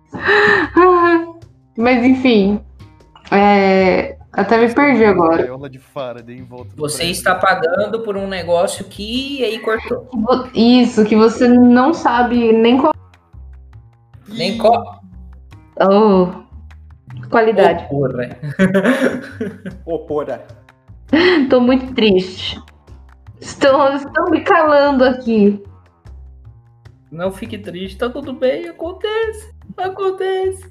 Mas, enfim. É... Até me perdi agora. Gaiola de Faraday em volta do Você prédio. está pagando por um negócio que aí cortou. Isso, que você não sabe nem qual. Nem co... Oh, qualidade. Ô, porra. Ô, porra. Tô muito triste. Estão, estão me calando aqui. Não fique triste, tá tudo bem, acontece, acontece.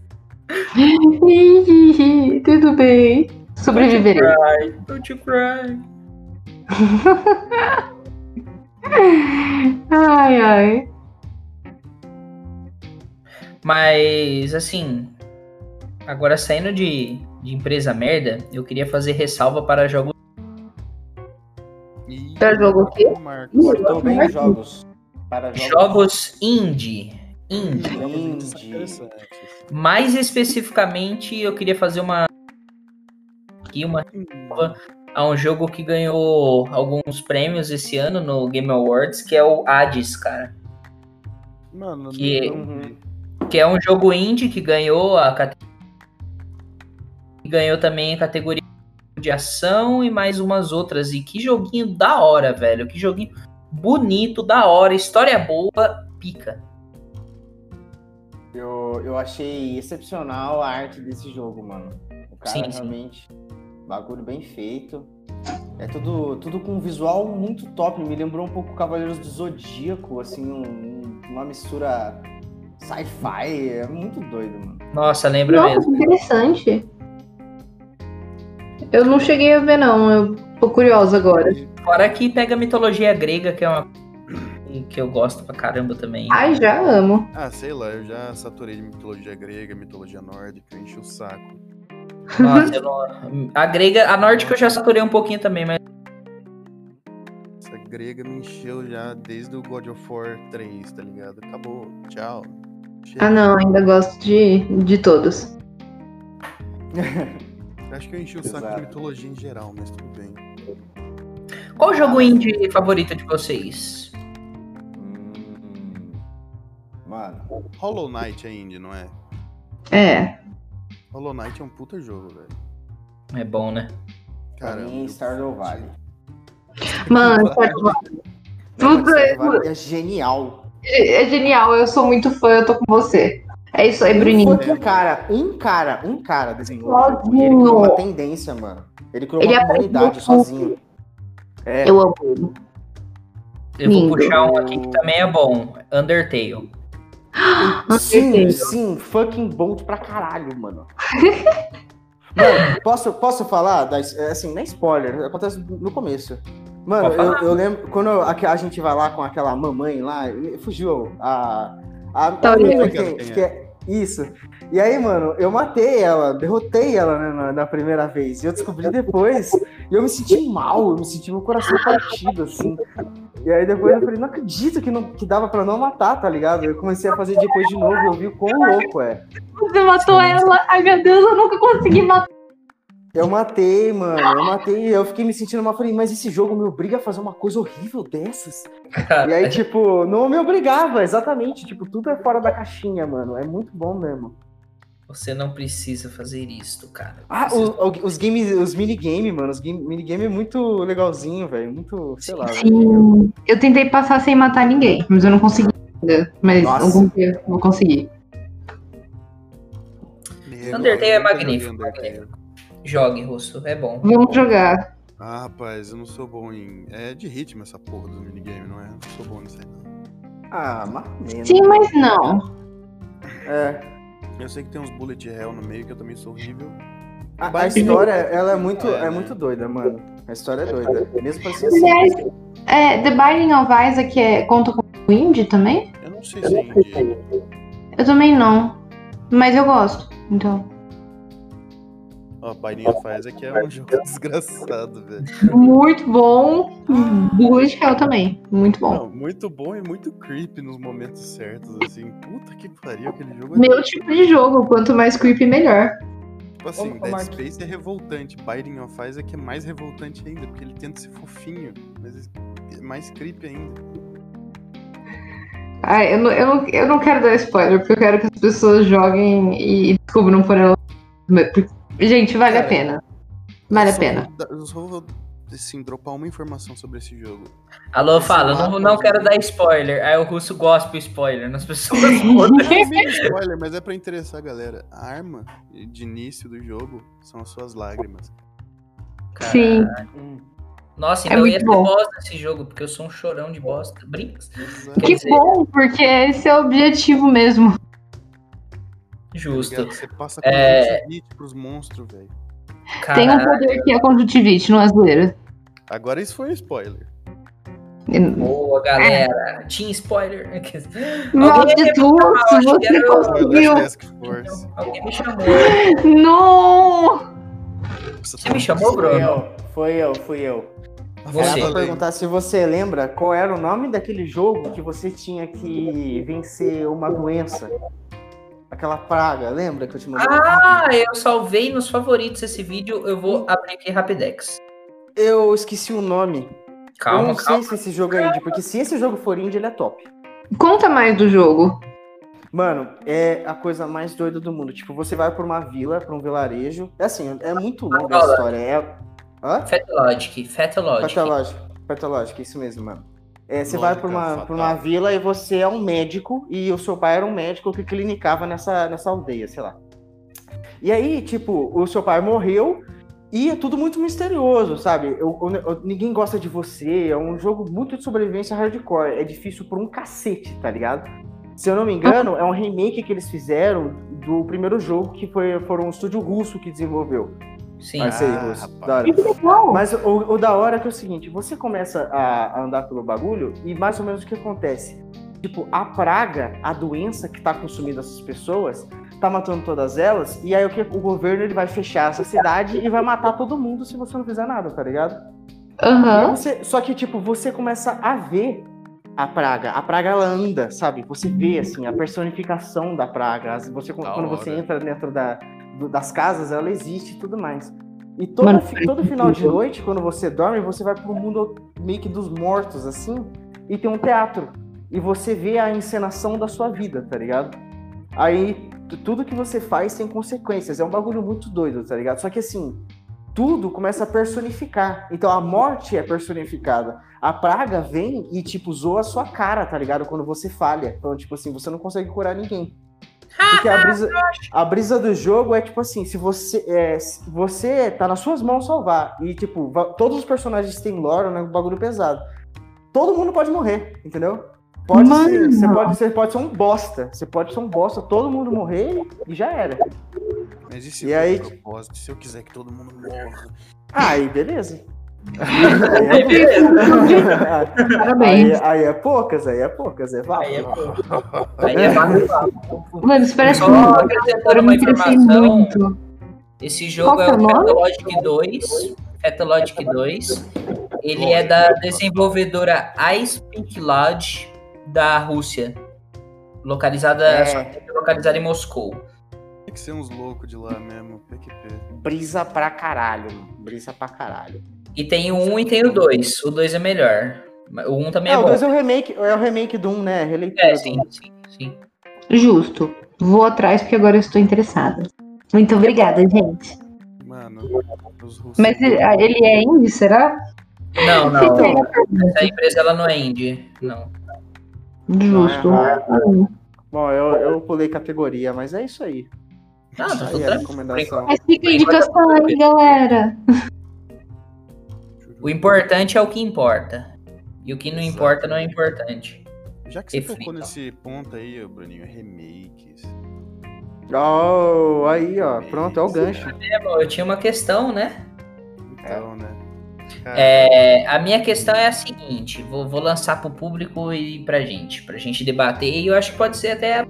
Tudo bem. Sobreviverei. Cry, don't you cry. Ai, ai. Mas, assim, agora saindo de, de empresa merda, eu queria fazer ressalva para jogos. Ih, Pra jogo o quê? Marcos. Cortou bem os jogos. Para jogos. Jogos indie. Indie. Jogos indies são Indie. interessantes. Mais especificamente, eu queria fazer uma. Aqui, uma Hum, a um jogo que ganhou alguns prêmios esse ano no Game Awards, que é o Hades, cara. Mano, Que- não Uhum. vi. Que é um jogo indie que ganhou a categoria. Ganhou também a categoria de ação e mais umas outras. E que joguinho da hora, velho. Que joguinho bonito, da hora, história boa, pica. Eu, eu achei excepcional a arte desse jogo, mano. O cara Sim, sim. realmente. Bagulho bem feito. É tudo, tudo com um visual muito top. Me lembrou um pouco Cavaleiros do Zodíaco, assim, um- uma mistura sci-fi. É muito doido, mano. Nossa, lembra Nossa, que mesmo. interessante. Eu não cheguei a ver, não. Eu tô curiosa agora. Fora que pega a mitologia grega, que é uma que eu gosto pra caramba também. Ai, já amo. Ah, sei lá, eu já saturei de mitologia grega, mitologia nórdica, eu enchi o saco. Nossa, eu não... a grega, a nórdica eu já saturei um pouquinho também, mas Essa grega me encheu já desde o God of War três, tá ligado? Acabou, tchau. Chega. Ah, não, ainda gosto de, de todos. Acho que eu enchi o saco Exato. de mitologia em geral, mas tudo bem. qual o jogo indie favorito de vocês? Hum, Mano, Hollow Knight é indie, não é? É. Hollow Knight é um puta jogo, velho. É bom, né? pra Cara, mim, Stardew Valley. Mano, Stardew Valley. Tudo é, Stardew Valley é genial. é genial, eu sou muito fã, eu tô com você. É isso aí, Um Bruninho. fucking cara, um cara, um cara desenhou. Sozinho. Ele criou uma tendência, mano. Ele criou Ele uma aprendeu comunidade tudo. sozinho. É, Eu amo ele. Eu vou Lindo. puxar um aqui que também é bom. Undertale. sim, Undertale. sim, fucking bom pra caralho, mano. Mano, posso, posso falar? Da, assim, não é spoiler, acontece no começo. Mano, Pode falar. eu, eu lembro, quando a, a gente vai lá com aquela mamãe lá, fugiu a... a, a Taurina. menina que, tem- que é, isso. E aí, mano, eu matei ela, derrotei ela, né, na, na primeira vez. E eu descobri depois, e eu me senti mal, eu me senti meu coração partido, assim. E aí depois eu falei, não acredito que, não, que dava pra não matar, tá ligado? Eu comecei a fazer depois de novo e eu vi o quão louco é. Você matou ela? Ai, meu Deus, eu nunca consegui matar. Eu matei, mano, eu matei, eu fiquei me sentindo mal, falei, mas esse jogo me obriga a fazer uma coisa horrível dessas? E aí, tipo, não me obrigava, exatamente, tipo, tudo é fora da caixinha, mano, é muito bom mesmo. Você não precisa fazer isto, cara. Ah, Você- o- o- os games, os minigame, mano, os game, minigame é muito legalzinho, velho, muito, sei lá, velho. Sim. Eu tentei passar sem matar ninguém, mas eu não consegui ainda. Mas Nossa. algum dia eu vou conseguir. Nego, Undertale eu é nunca magnífico, joguei Undertale. Jogue, Russo, é bom. Vamos jogar. Ah, rapaz, eu não sou bom em. É de ritmo essa porra dos minigames, não é? Eu não sou bom nisso aí, não. Ah, mais ou menos. Sim, mas não. É. Eu sei que tem uns bullet hell no meio, que eu também sou horrível. A, a história, ela é muito, é muito doida, mano. A história é doida. Mesmo pra ser assim. Aliás, é, The Binding of Isaac é, conta com indie também? Eu não sei se é indie. Eu também não. Mas eu gosto, então. Ó, Binding of Isaac é um jogo desgraçado, velho. Muito bom. Bullet Hell também. Muito bom. Não, muito bom e muito creepy nos momentos certos, assim. Puta que pariu, aquele jogo é... Meu tipo de jogo, quanto mais creepy, melhor. Tipo assim, Ô, ô, Dead Mark. Space é revoltante, Binding of Isaac é mais revoltante ainda, porque ele tenta ser fofinho, mas é mais creepy ainda. Ai, eu não, eu, não, eu não quero dar spoiler, porque eu quero que as pessoas joguem e descubram por elas. Gente, vale Cara, a pena. Vale a Eu só pena. vou dar- Eu só vou, assim, dropar uma informação sobre esse jogo. Alô, Esse fala, mapa não, não do- quero dar spoiler. Aí o russo gospe o spoiler nas pessoas. Não é meio spoiler, mas é pra interessar a galera. A arma de início do jogo são as suas lágrimas. Sim. Hum. Nossa, É então eu ia muito ter bom. bosta nesse jogo, porque eu sou um chorão de bosta. Brinks. Exato. Que dizer- bom, porque esse é o objetivo mesmo. Justo. Tá ligado? Você passa É. conjuntivite pros monstros, velho. Tem um Caralho. poder que é conjuntivite, não é zoeira. Agora isso foi um spoiler. Boa, galera. Tinha spoiler. Nossa, Alguém me tu, acho se que você era o- conseguiu. Task Force. Alguém me chamou. Não! Você me chamou, Fui Bruno? eu, fui eu, fui eu. Você. Era pra Falei. perguntar se você lembra qual era o nome daquele jogo que você tinha que vencer uma doença. Aquela praga, lembra que eu te mandei? Ah, eu salvei nos favoritos esse vídeo. Eu vou abrir aqui Rapidex. Eu esqueci o nome. eu Calma, não calma. sei se esse jogo é indie, porque se esse jogo for indie, ele é top. Conta mais do jogo. Mano, é a coisa mais doida do mundo. Tipo, você vai pra uma vila, pra um vilarejo. É assim, é muito longa a Fala. história. É. Hã? Fatalogic, Fatalogic. Patológico, patológico, isso mesmo, mano. É, você Lógica vai pra uma, fatal. pra uma vila e você é um médico, e o seu pai era um médico que clinicava nessa, nessa aldeia, sei lá. E aí, tipo, o seu pai morreu e é tudo muito misterioso, sabe? Eu- eu- eu- ninguém gosta de você, é um jogo muito de sobrevivência hardcore, é difícil por um cacete, tá ligado? Se eu não me engano, é um remake que eles fizeram do primeiro jogo, que foi, foram um estúdio russo que desenvolveu. Sim. Mas aí, Ah, russo, rapaz. da hora. Que legal. Mas o, o da hora é que é o seguinte, você começa a, a andar pelo bagulho e mais ou menos o que acontece? Tipo, a praga, a doença que tá consumindo essas pessoas, tá matando todas elas, e aí o que o governo ele vai fechar essa cidade e vai matar todo mundo se você não fizer nada, tá ligado? E aí Aham. você- só que, tipo, você começa a ver a praga. A praga, ela anda, sabe? Você vê, assim, a personificação da praga. As- Você, Da quando você hora. entra dentro da, do- das casas, ela existe e tudo mais. E todo, Mano, fi- todo final de noite, quando você dorme, você vai pro mundo meio que dos mortos, assim, e tem um teatro. E você vê a encenação da sua vida, tá ligado? Aí, tu- tudo que você faz tem consequências. É um bagulho muito doido, tá ligado? Só que, assim, tudo começa a personificar. Então, a morte é personificada. A praga vem e, tipo, zoa a sua cara, tá ligado? Quando você falha. Então, tipo assim, você não consegue curar ninguém. Porque a brisa, a brisa do jogo é, tipo assim, se você, é, se você tá nas suas mãos salvar. E, tipo, va- todos os personagens têm lore, né? Um bagulho pesado. Todo mundo pode morrer, entendeu? Pode Mano. ser, você pode, você pode ser um bosta. Você pode ser um bosta, todo mundo morrer e já era. Mas e se E for aí- de propósito? Se eu quiser que todo mundo morra? Aí, beleza. Aí é, aí, Parabéns. aí é poucas, aí é poucas, é Aí é, válido. aí é válido. Mano, isso parece Só um jogo. acrescentando Eu uma me interessei informação. muito. Esse jogo Qual é que é o o nome? Fatalogic dois. Fatalogic dois. Ele é da desenvolvedora Ice Pink Lodge da Rússia. Localizada, É. só que é localizada em Moscou. Tem que ser uns loucos de lá mesmo, P Q P. Brisa pra caralho, mano. Brisa pra caralho. E tem o um e tem o dois. O dois é melhor. O um também é, É, o bom. dois é o remake, é o remake do um, né? Releitura É, do sim, um. sim, sim. Justo. Vou atrás porque agora eu estou interessada. Muito obrigada, gente. Mano, os russos. Mas ele, ah, ele é indie, será? Não, não. Fica aí a pergunta. Essa empresa ela não é indie. Não. Justo. Hum. Bom, eu, eu pulei categoria, mas é isso aí. Ah, tá tudo Aí é a tranquilo. recomendação. Mas fica a indicação aí, galera. O importante é o que importa. E o que não Exato. importa não é importante. Já que você Reflitam. tocou nesse ponto aí, ô, Bruninho, remakes. Oh, aí, ó. Pronto, é o gancho. É, bom, eu tinha uma questão, né? Então, né? Cara, É, a minha questão é a seguinte, vou, vou lançar pro público e pra gente, pra gente debater, e eu acho que pode ser até...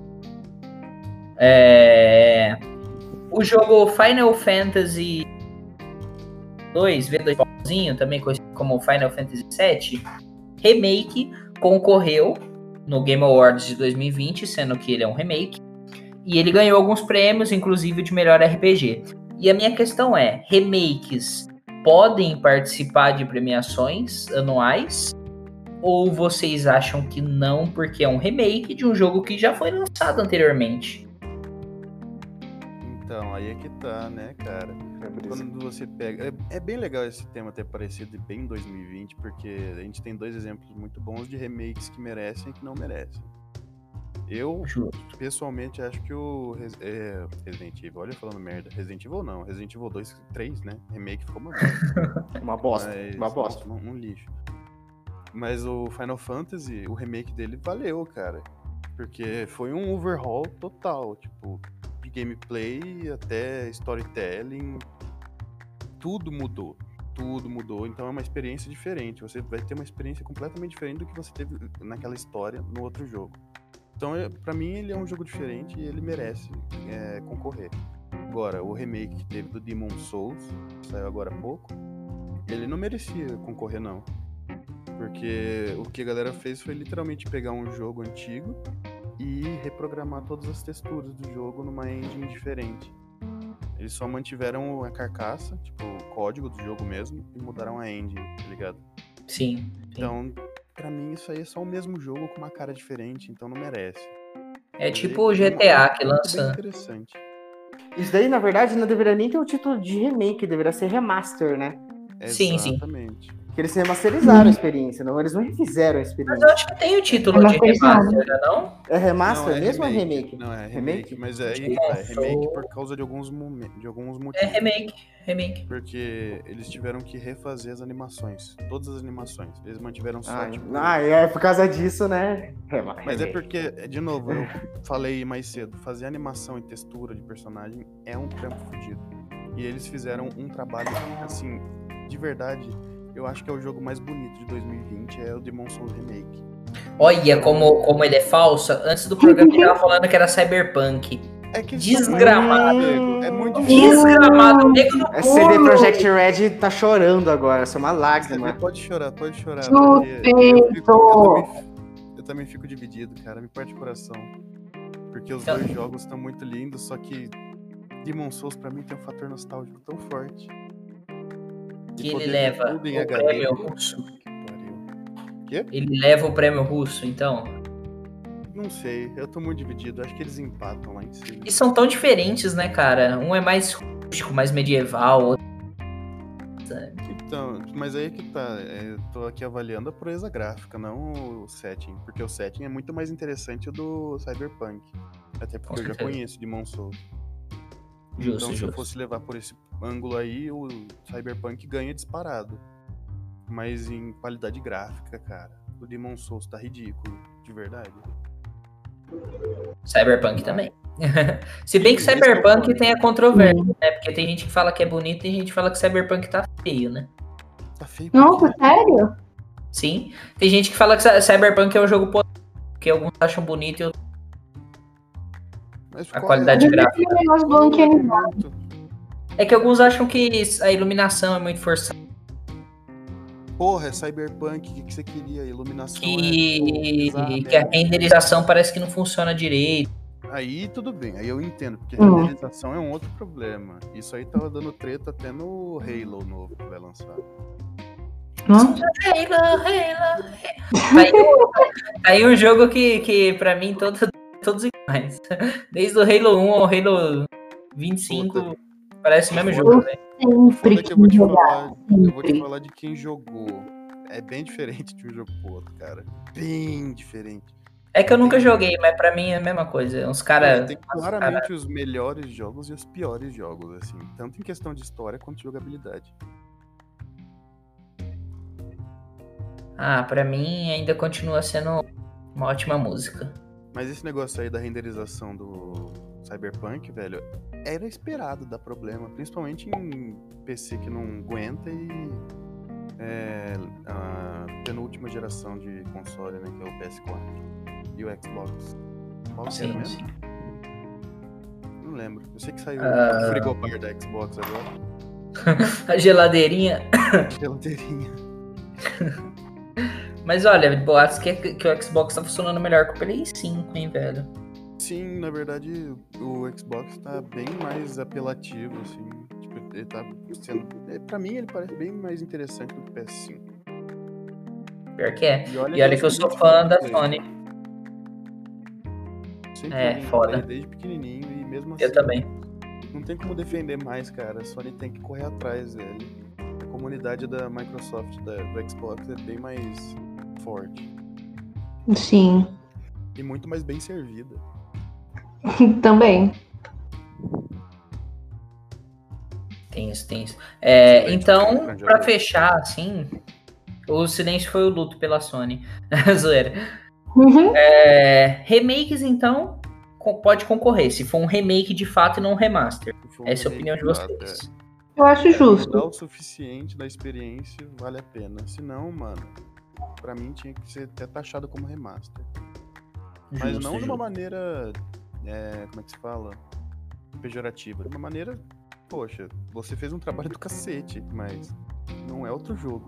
É, o jogo Final Fantasy dois, V dois, também conhecido como Final Fantasy sete, remake, concorreu no Game Awards de dois mil e vinte, sendo que ele é um remake, e ele ganhou alguns prêmios, inclusive de melhor R P G. E a minha questão é, remakes podem participar de premiações anuais? Ou vocês acham que não, porque é um remake de um jogo que já foi lançado anteriormente? então, aí é que tá, né, cara? Quando você pega... É, é bem legal esse tema ter aparecido bem em dois mil e vinte, porque a gente tem dois exemplos muito bons de remakes que merecem e que não merecem. Eu, Justo. pessoalmente, acho que o Res- é, Resident Evil, olha eu falando merda, Resident Evil não, Resident Evil dois, três, né? Remake ficou uma merda. Uma bosta. Mas, Uma bosta. nossa, um, um lixo. Mas o Final Fantasy, o remake dele valeu, cara. Porque foi um overhaul total, tipo, de gameplay até storytelling, tudo mudou. Tudo mudou, então é uma experiência diferente. Você vai ter uma experiência completamente diferente do que você teve naquela história no outro jogo. Então, é, pra mim, ele é um jogo diferente e ele merece é, concorrer. Agora, o remake que teve do Demon's Souls, que saiu agora há pouco, ele não merecia concorrer, não. Porque o que a galera fez foi literalmente pegar um jogo antigo e reprogramar todas as texturas do jogo numa engine diferente. Eles só mantiveram a carcaça, tipo, o código do jogo mesmo, e mudaram a engine, tá ligado? Sim. sim. Então, pra mim, isso aí é só o mesmo jogo com uma cara diferente, então não merece. É Mas tipo o é G um- T A é um que ponto bem lança... interessante. Isso daí, na verdade, não deveria nem ter o título de remake, deveria ser remaster, né? Sim, sim. Exatamente. Porque eles remasterizaram a experiência, não? Eles não refizeram a Mas experiência. eu acho que tem o título de Remasterizado. remaster, né, não? É remaster Não, é mesmo ou é remake? Não, é remake, Remake? mas é, aí que tá, é remake por causa de alguns, momen- de alguns É motivos. remake, remake. Porque eles tiveram que refazer as animações, todas as animações. Eles mantiveram só, Ah, tipo... ah, é por causa disso, né? Rema- Mas é remake. porque, de novo, eu falei mais cedo, fazer animação e textura de personagem é um trampo fodido. E eles fizeram um trabalho, assim, de verdade, eu acho que é o jogo mais bonito de dois mil e vinte, é o Demon's Souls Remake. Olha como, como ele é falso. Antes do programa ele tava falando que era Cyberpunk. É que Desgramado. É muito difícil. Desgramado, nego do A C D pulo. Projekt Red tá chorando agora, isso é uma Você lágrima. pode chorar, pode chorar. Suspeito. Porque eu, fico- eu, também, eu também fico dividido, cara. Me parte o coração. Porque os Então- dois jogos estão muito lindos, só que Demon's Souls pra mim tem um fator nostálgico tão forte. Que E ele poder ver leva tudo em o H D, prêmio puta russo. que pariu. Quê? Ele leva o prêmio russo, então. Não sei, eu tô muito dividido. Acho que eles empatam lá em cima. E são tão diferentes, né, cara? Um é mais rústico, mais medieval. Outro... Então, mas aí que tá. é, Eu tô aqui avaliando a proeza gráfica, não o setting. Porque o setting é muito mais interessante o do Cyberpunk. Até porque Com eu já certeza. conheço Demon's Souls. Justo, Então, se justo. eu fosse levar por esse ângulo aí, o Cyberpunk ganha disparado. Mas em qualidade gráfica, cara, o Demon's Souls tá ridículo, de verdade. Cyberpunk também. Se bem que Esse é o Cyberpunk ponto. tem a controvérsia, né? Porque tem gente que fala que é bonito e tem gente que fala que Cyberpunk tá feio, né? Tá feio. Nossa, porque- sério? Sim. Tem gente que fala que Cy- Cyberpunk é um jogo polêmico, que alguns acham bonito e outros... Mas A qual qualidade é? gráfica. Aquele negócio Qual é o bom que ele argumento? É que alguns acham que a iluminação é muito forçada. Porra, é Cyberpunk, o que, que você queria? Iluminação é, Que, pô, pesada, que a é. renderização parece que não funciona direito. Aí tudo bem, aí eu entendo, porque Hum. renderização é um outro problema. Isso aí tava dando treta até no Halo novo que vai lançar. Nossa. Halo, Halo. Tá aí, um- tá aí um jogo que, que pra mim todo, todos iguais. Desde o Halo um ao Halo vinte e cinco, Puta. parece o mesmo Foda. jogo, né? Sempre Foda que eu vou te quis jogar. falar, eu vou te Sempre. falar de quem jogou. É bem diferente de um jogo pro outro, cara. Bem diferente. É que eu nunca joguei, mas pra mim é a mesma coisa. Uns Cara, caras. tem claramente os melhores jogos e os piores jogos, assim. Tanto em questão de história quanto de jogabilidade. Ah, pra mim ainda continua sendo Uma ótima música. Mas esse negócio aí da renderização do Cyberpunk, velho, era esperado dar problema, principalmente em P C que não aguenta e é, a penúltima geração de console, né, que é o P S quatro e o Xbox. Qual que era Sim, mesmo? sim. Não lembro. Eu sei que saiu Ah. o frigobar da Xbox agora. A geladeirinha. Geladeirinha. Mas olha, boatos que, que o Xbox tá funcionando melhor que o Play cinco, hein, velho? Sim, na verdade, o Xbox tá bem mais apelativo, assim. Tipo, ele tá sendo... Pra mim, ele parece bem mais interessante do que o P S cinco. Pior que é. E olha, E olha que eu sou fã da Sony. Sempre É, joguei foda. Play desde pequenininho e mesmo assim... Eu também. Não tem como defender mais, cara. A Sony tem que correr atrás, velho. A comunidade da Microsoft, da, do Xbox, é bem mais forte. Sim. E muito mais bem servida. Também. Tem isso, tem isso. É, Excelente, então, grande pra jogo. fechar, assim, o silêncio foi o luto pela Sony. Zoeira. Uhum. É, remakes, então, co- pode concorrer. Se for um remake de fato e não um remaster. Se for um Essa é a remake opinião de de fato, vocês. Eu acho é. Mudar justo. o suficiente da experiência, vale a pena. Se não, mano, pra mim tinha que ser até taxado como remaster. Mas Justo, não de uma justo. maneira, é, como é que se fala? Pejorativa. De uma maneira, poxa, você fez um trabalho do cacete, mas não é outro jogo.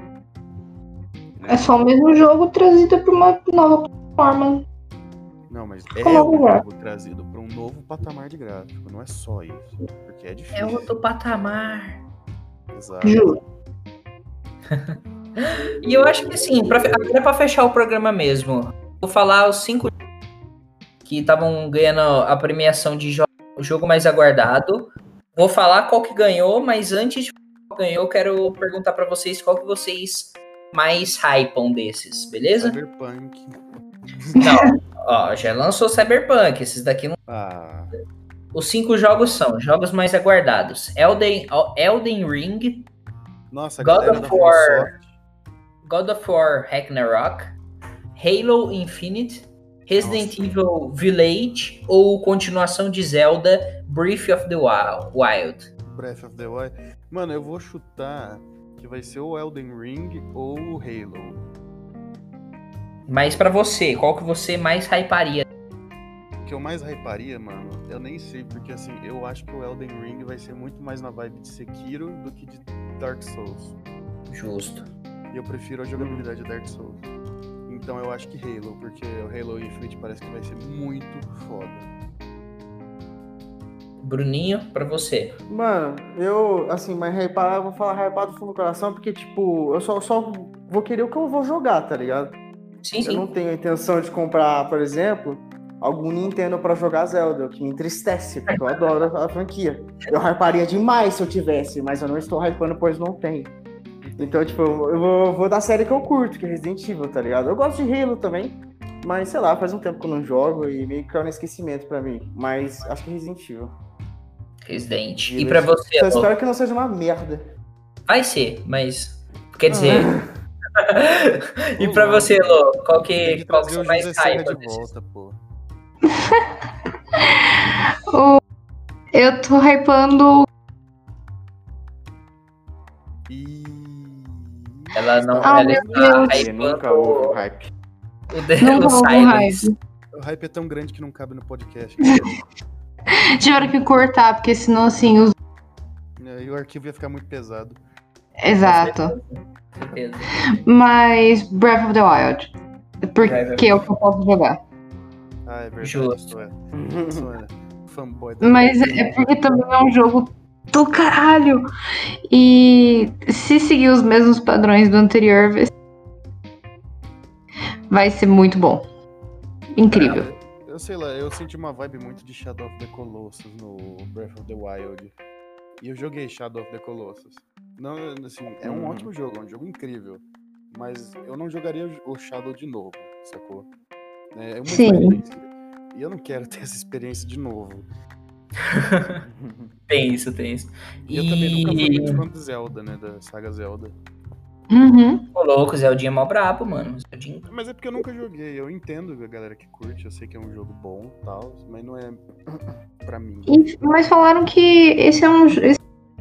É só o mesmo jogo trazido pra uma nova plataforma. Não, mas é Como um é? jogo trazido pra um novo patamar de gráfico, não é só isso. Porque é difícil. É outro patamar. Exato. Justo. E eu acho que assim, pra, agora pra fechar o programa mesmo, vou falar os cinco que estavam ganhando a premiação de jo- jogo mais aguardado. Vou falar qual que ganhou, mas antes de falar qual ganhou, eu quero perguntar pra vocês qual que vocês mais hypam desses, beleza? Cyberpunk. Não, ó, já lançou Cyberpunk, esses daqui não. Ah, Os cinco jogos são jogos mais aguardados: Elden, Elden Ring, nossa, a God galera of da War. FromSoft. God of War Ragnarok, Halo Infinite, Resident Nossa. Evil Village ou continuação de Zelda Breath of the Wild. Wild. Breath of the Wild. Mano, eu vou chutar que vai ser o Elden Ring ou o Halo. Mas pra você, qual que você mais hyparia? O que eu mais hyparia, mano, eu nem sei, porque assim, eu acho que o Elden Ring vai ser muito mais na vibe de Sekiro do que de Dark Souls. Justo. E eu prefiro a jogabilidade de Dark Souls. Então eu acho que Halo, porque o Halo Infinite parece que vai ser muito foda. Bruninho, pra você. Mano, eu, assim, mas hypar, eu vou falar hypar do fundo do coração, porque, tipo, eu só, só vou querer o que eu vou jogar, tá ligado? Sim, Eu não sim. tenho a intenção de comprar, por exemplo, algum Nintendo pra jogar Zelda, o que me entristece, porque eu adoro a franquia. Eu hyparia demais se eu tivesse, mas eu não estou hypando, pois não tenho. Então, tipo, eu vou, vou da série que eu curto, que é Resident Evil, tá ligado? Eu gosto de Halo também, mas sei lá, faz um tempo que eu não jogo e meio que caiu no esquecimento pra mim. Mas acho que é Resident Evil. Resident. E Village. pra você, Só Lô? espero que não seja uma merda. Vai ser, mas. Quer dizer. E Ô, pra louco. você, Lô? Qual Tem que, que qual que trazer você o mais José Serra hypa de desses? volta, pô. Eu tô hypando. E... Ela não. Ah, ela meu está Deus. E nunca hypando houve o hype. o, de, Não o vou Silence. hype. O hype é tão grande que não cabe no podcast. Cara. Tiveram que cortar, porque senão, assim, os. E o arquivo ia ficar muito pesado. Exato. Com certeza. Mas Breath of the Wild. Breath of Porque é o que eu posso jogar. Ah, é verdade. Justo. Sou, é. Sou é. fanboy da Mas é porque também é um jogo do caralho. E se seguir os mesmos padrões do anterior, vai ser- vai ser muito bom. Incrível. Cara, eu sei lá, eu senti uma vibe muito de Shadow of the Colossus no Breath of the Wild. E eu joguei Shadow of the Colossus. Não, assim, é um ótimo jogo, é um jogo incrível. Mas eu não jogaria o Shadow de novo, sacou? É uma Sim. experiência. E eu não quero ter essa experiência de novo. Tem isso, tem isso. E eu também nunca fui E muito fã de Zelda, né? Da saga Zelda. Uhum. Ô, louco, o Zeldinho é mó brabo, mano. Zeldinho... Mas é porque eu nunca joguei. Eu entendo a galera que curte, eu sei que é um jogo bom e tal, mas não é pra mim. E- mas falaram que esse é um. Esse...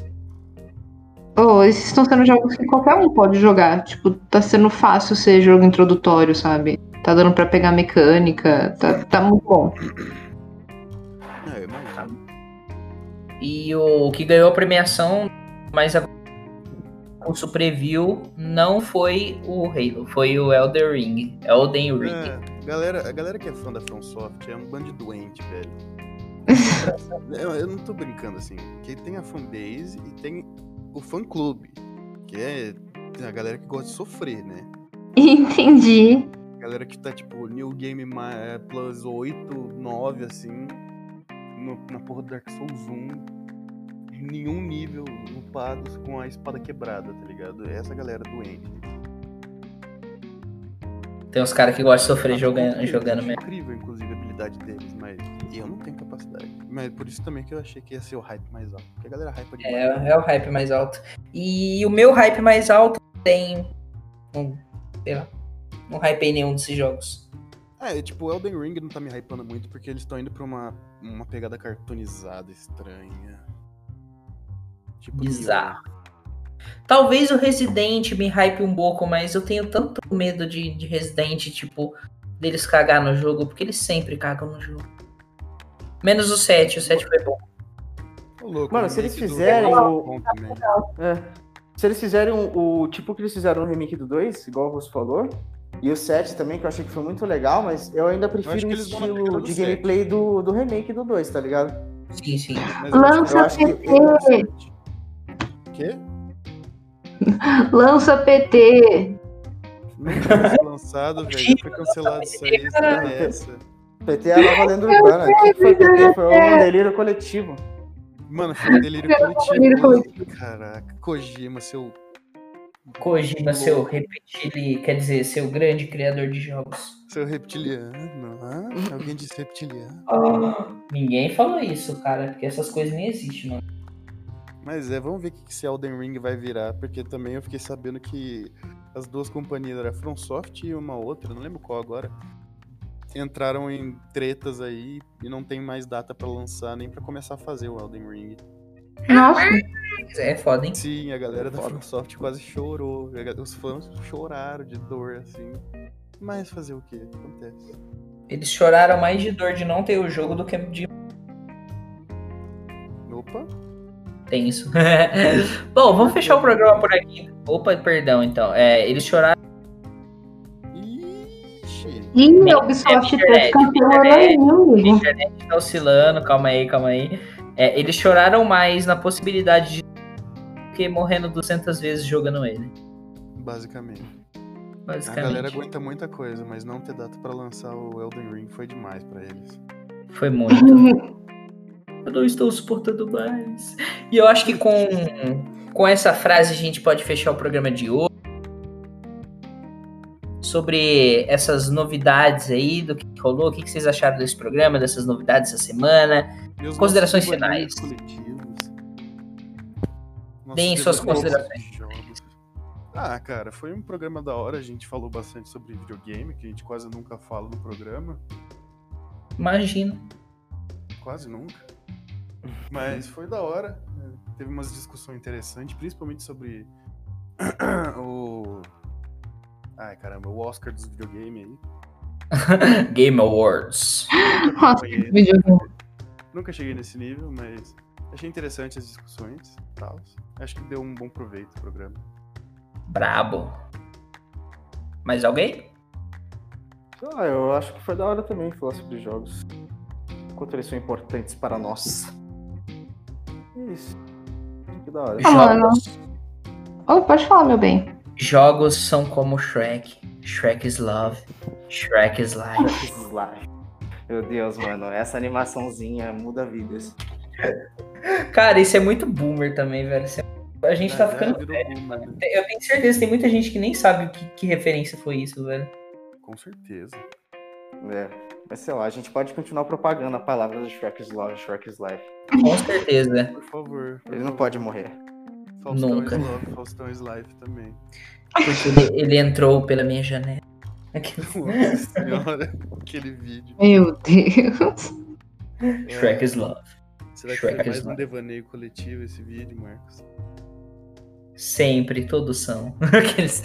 Oh, esses estão sendo jogos que qualquer um pode jogar. Tipo, tá sendo fácil ser jogo introdutório, sabe? Tá dando pra pegar mecânica. Tá, tá muito bom. É, eu imagino. E o que ganhou a premiação, mas a curso preview não foi o Halo, foi o Elden Ring. Elden Ring. É, galera, a galera que é fã da FromSoft é um bando de doente, velho. eu, eu não tô brincando assim, porque tem a fanbase e tem o fã-clube, que é a galera que gosta de sofrer, né? Entendi. A galera que tá tipo New Game Ma- Plus oito, nove, assim, no- na porra do Dark Souls um, nenhum nível upados com a espada quebrada, tá ligado? É essa galera doente. Tem uns caras que gostam de sofrer Ah, jogando, eu jogando acho mesmo. incrível, inclusive, a habilidade deles, mas eu não tenho capacidade. Mas por isso também que eu achei que ia ser o hype mais alto. Porque a galera hypa demais. É, é o hype mais alto. E o meu hype mais alto tem um, sei lá, não hypei nenhum desses jogos. É, tipo, o Elden Ring não tá me hypando muito porque eles estão indo pra uma, uma pegada cartoonizada estranha. Tipo, Bizarro. Talvez o Resident me hype um pouco, mas eu tenho tanto medo de, de Resident, tipo, deles cagar no jogo, porque eles sempre cagam no jogo. Menos o sete, o sete foi bom. Ô, louco, Mano, o se eles remake do fizerem dois é o- bom também. É. Se eles fizerem o, o tipo que eles fizeram no remake do dois, igual o Russo falou, e o sete também, que eu achei que foi muito legal, mas eu ainda acho prefiro que o eles vão na pegada estilo do de sete. gameplay do, do remake do dois, tá ligado? Sim, sim. Mas eu acho que Lança eu acho que- P T. O quê? Lança P T. Nunca vai ser lançado, velho. Já foi cancelado isso aí, essa é essa. P T é a nova lenda urbana. O que foi P T? Foi um delírio coletivo. Mano, foi um delírio coletivo. Delírio coletivo. Caraca, Kojima, seu. Kojima, seu repetile, quer dizer, seu grande criador de jogos. Seu reptiliano. Ah, alguém disse reptiliano. Ninguém falou isso, cara, porque essas coisas nem existem, mano. Mas é, vamos ver o que esse Elden Ring vai virar, porque também eu fiquei sabendo que as duas companhias, era a FromSoft e uma outra, não lembro qual agora, entraram em tretas aí e não tem mais data pra lançar nem pra começar a fazer o Elden Ring. Nossa. É foda, hein? Sim, a galera da FromSoft quase chorou, os fãs choraram de dor, assim. Mas fazer o que? Acontece. Eles choraram mais de dor de não ter o jogo do que de... Opa, Tem isso. Bom, vamos fechar o programa por aqui. Opa, perdão, então. É, eles choraram... ixi. Ih, a Ubisoft tá cancelando aí, A amigo. internet tá oscilando, calma aí, calma aí. É, eles choraram mais na possibilidade de que morrendo duzentas vezes jogando ele. Basicamente. A Basicamente. galera aguenta muita coisa, mas não ter data pra lançar o Elden Ring foi demais pra eles. Foi muito. Eu não estou suportando mais. E eu acho que com, com essa frase a gente pode fechar o programa de hoje. Sobre essas novidades aí, do que rolou, o que vocês acharam desse programa, dessas novidades essa semana. E os Considerações nossos finais. coletivos. Nossos Deem suas desenvolvedores considerações. de jogos. Ah, cara, foi um programa da hora. A gente falou bastante sobre videogame, que a gente quase nunca fala no programa. Imagina. Quase nunca. Mas foi da hora. Teve umas discussões interessantes, principalmente sobre o. Ai, caramba, o Oscar dos videogames aí. Game Awards. Nossa, que videogame. Nunca cheguei nesse nível, mas achei interessante as discussões e tal. Acho que deu um bom proveito o programa. Brabo. Mais alguém? Ah, eu acho que foi da hora também falar sobre jogos. Quanto eles são importantes para nós. Isso. Que da hora. Ah, Jogos, Oh, pode falar, meu bem. jogos são como Shrek. Shrek is love. Shrek is life. Slime. Meu Deus, mano. Essa animaçãozinha muda vidas. Cara, isso é muito boomer também, velho. Isso é- A gente tá Já- já ficando... virou boomer, né? Eu tenho certeza que tem muita gente que nem sabe o que, que referência foi isso, velho. Com certeza. É. Mas sei lá, a gente pode continuar propagando a palavra do Shrek is Love, Shrek is Life. Com certeza. Por favor. por Ele não favor. pode morrer. Faustão Nunca. is Love, Faustão is Life também. Porque ele, ele entrou pela minha janela. Nossa senhora, aquele vídeo. Meu Deus. Shrek is love. Será que Shrek foi is mais um love. devaneio coletivo esse vídeo, Marcos? Sempre, todos são. Aqueles...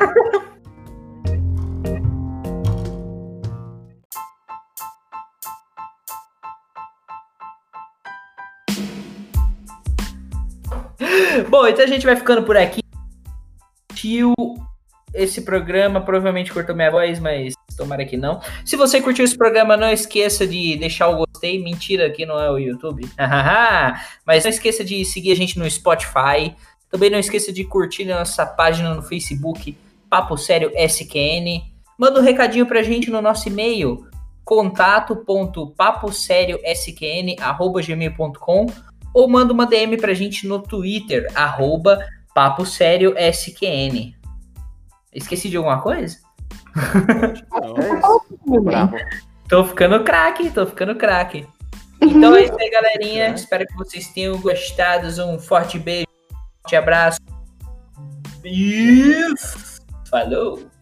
Bom, então a gente vai ficando por aqui. Tio, esse programa provavelmente cortou minha voz, mas tomara que não. Se você curtiu esse programa, não esqueça de deixar o gostei. Mentira, aqui não é o YouTube. Mas não esqueça de seguir a gente no Spotify. Também não esqueça de curtir nossa página no Facebook, Papo Sério S Q N. Manda um recadinho pra gente no nosso e-mail, contato ponto papo sério s q n arroba gmail ponto com, ou manda uma D M pra gente no Twitter, arroba Papo Sério S Q N. Esqueci de alguma coisa? Não. Bravo. Tô ficando craque, tô ficando craque. Então é isso aí, galerinha. Espero que vocês tenham gostado. Um forte beijo, um forte abraço. E falou!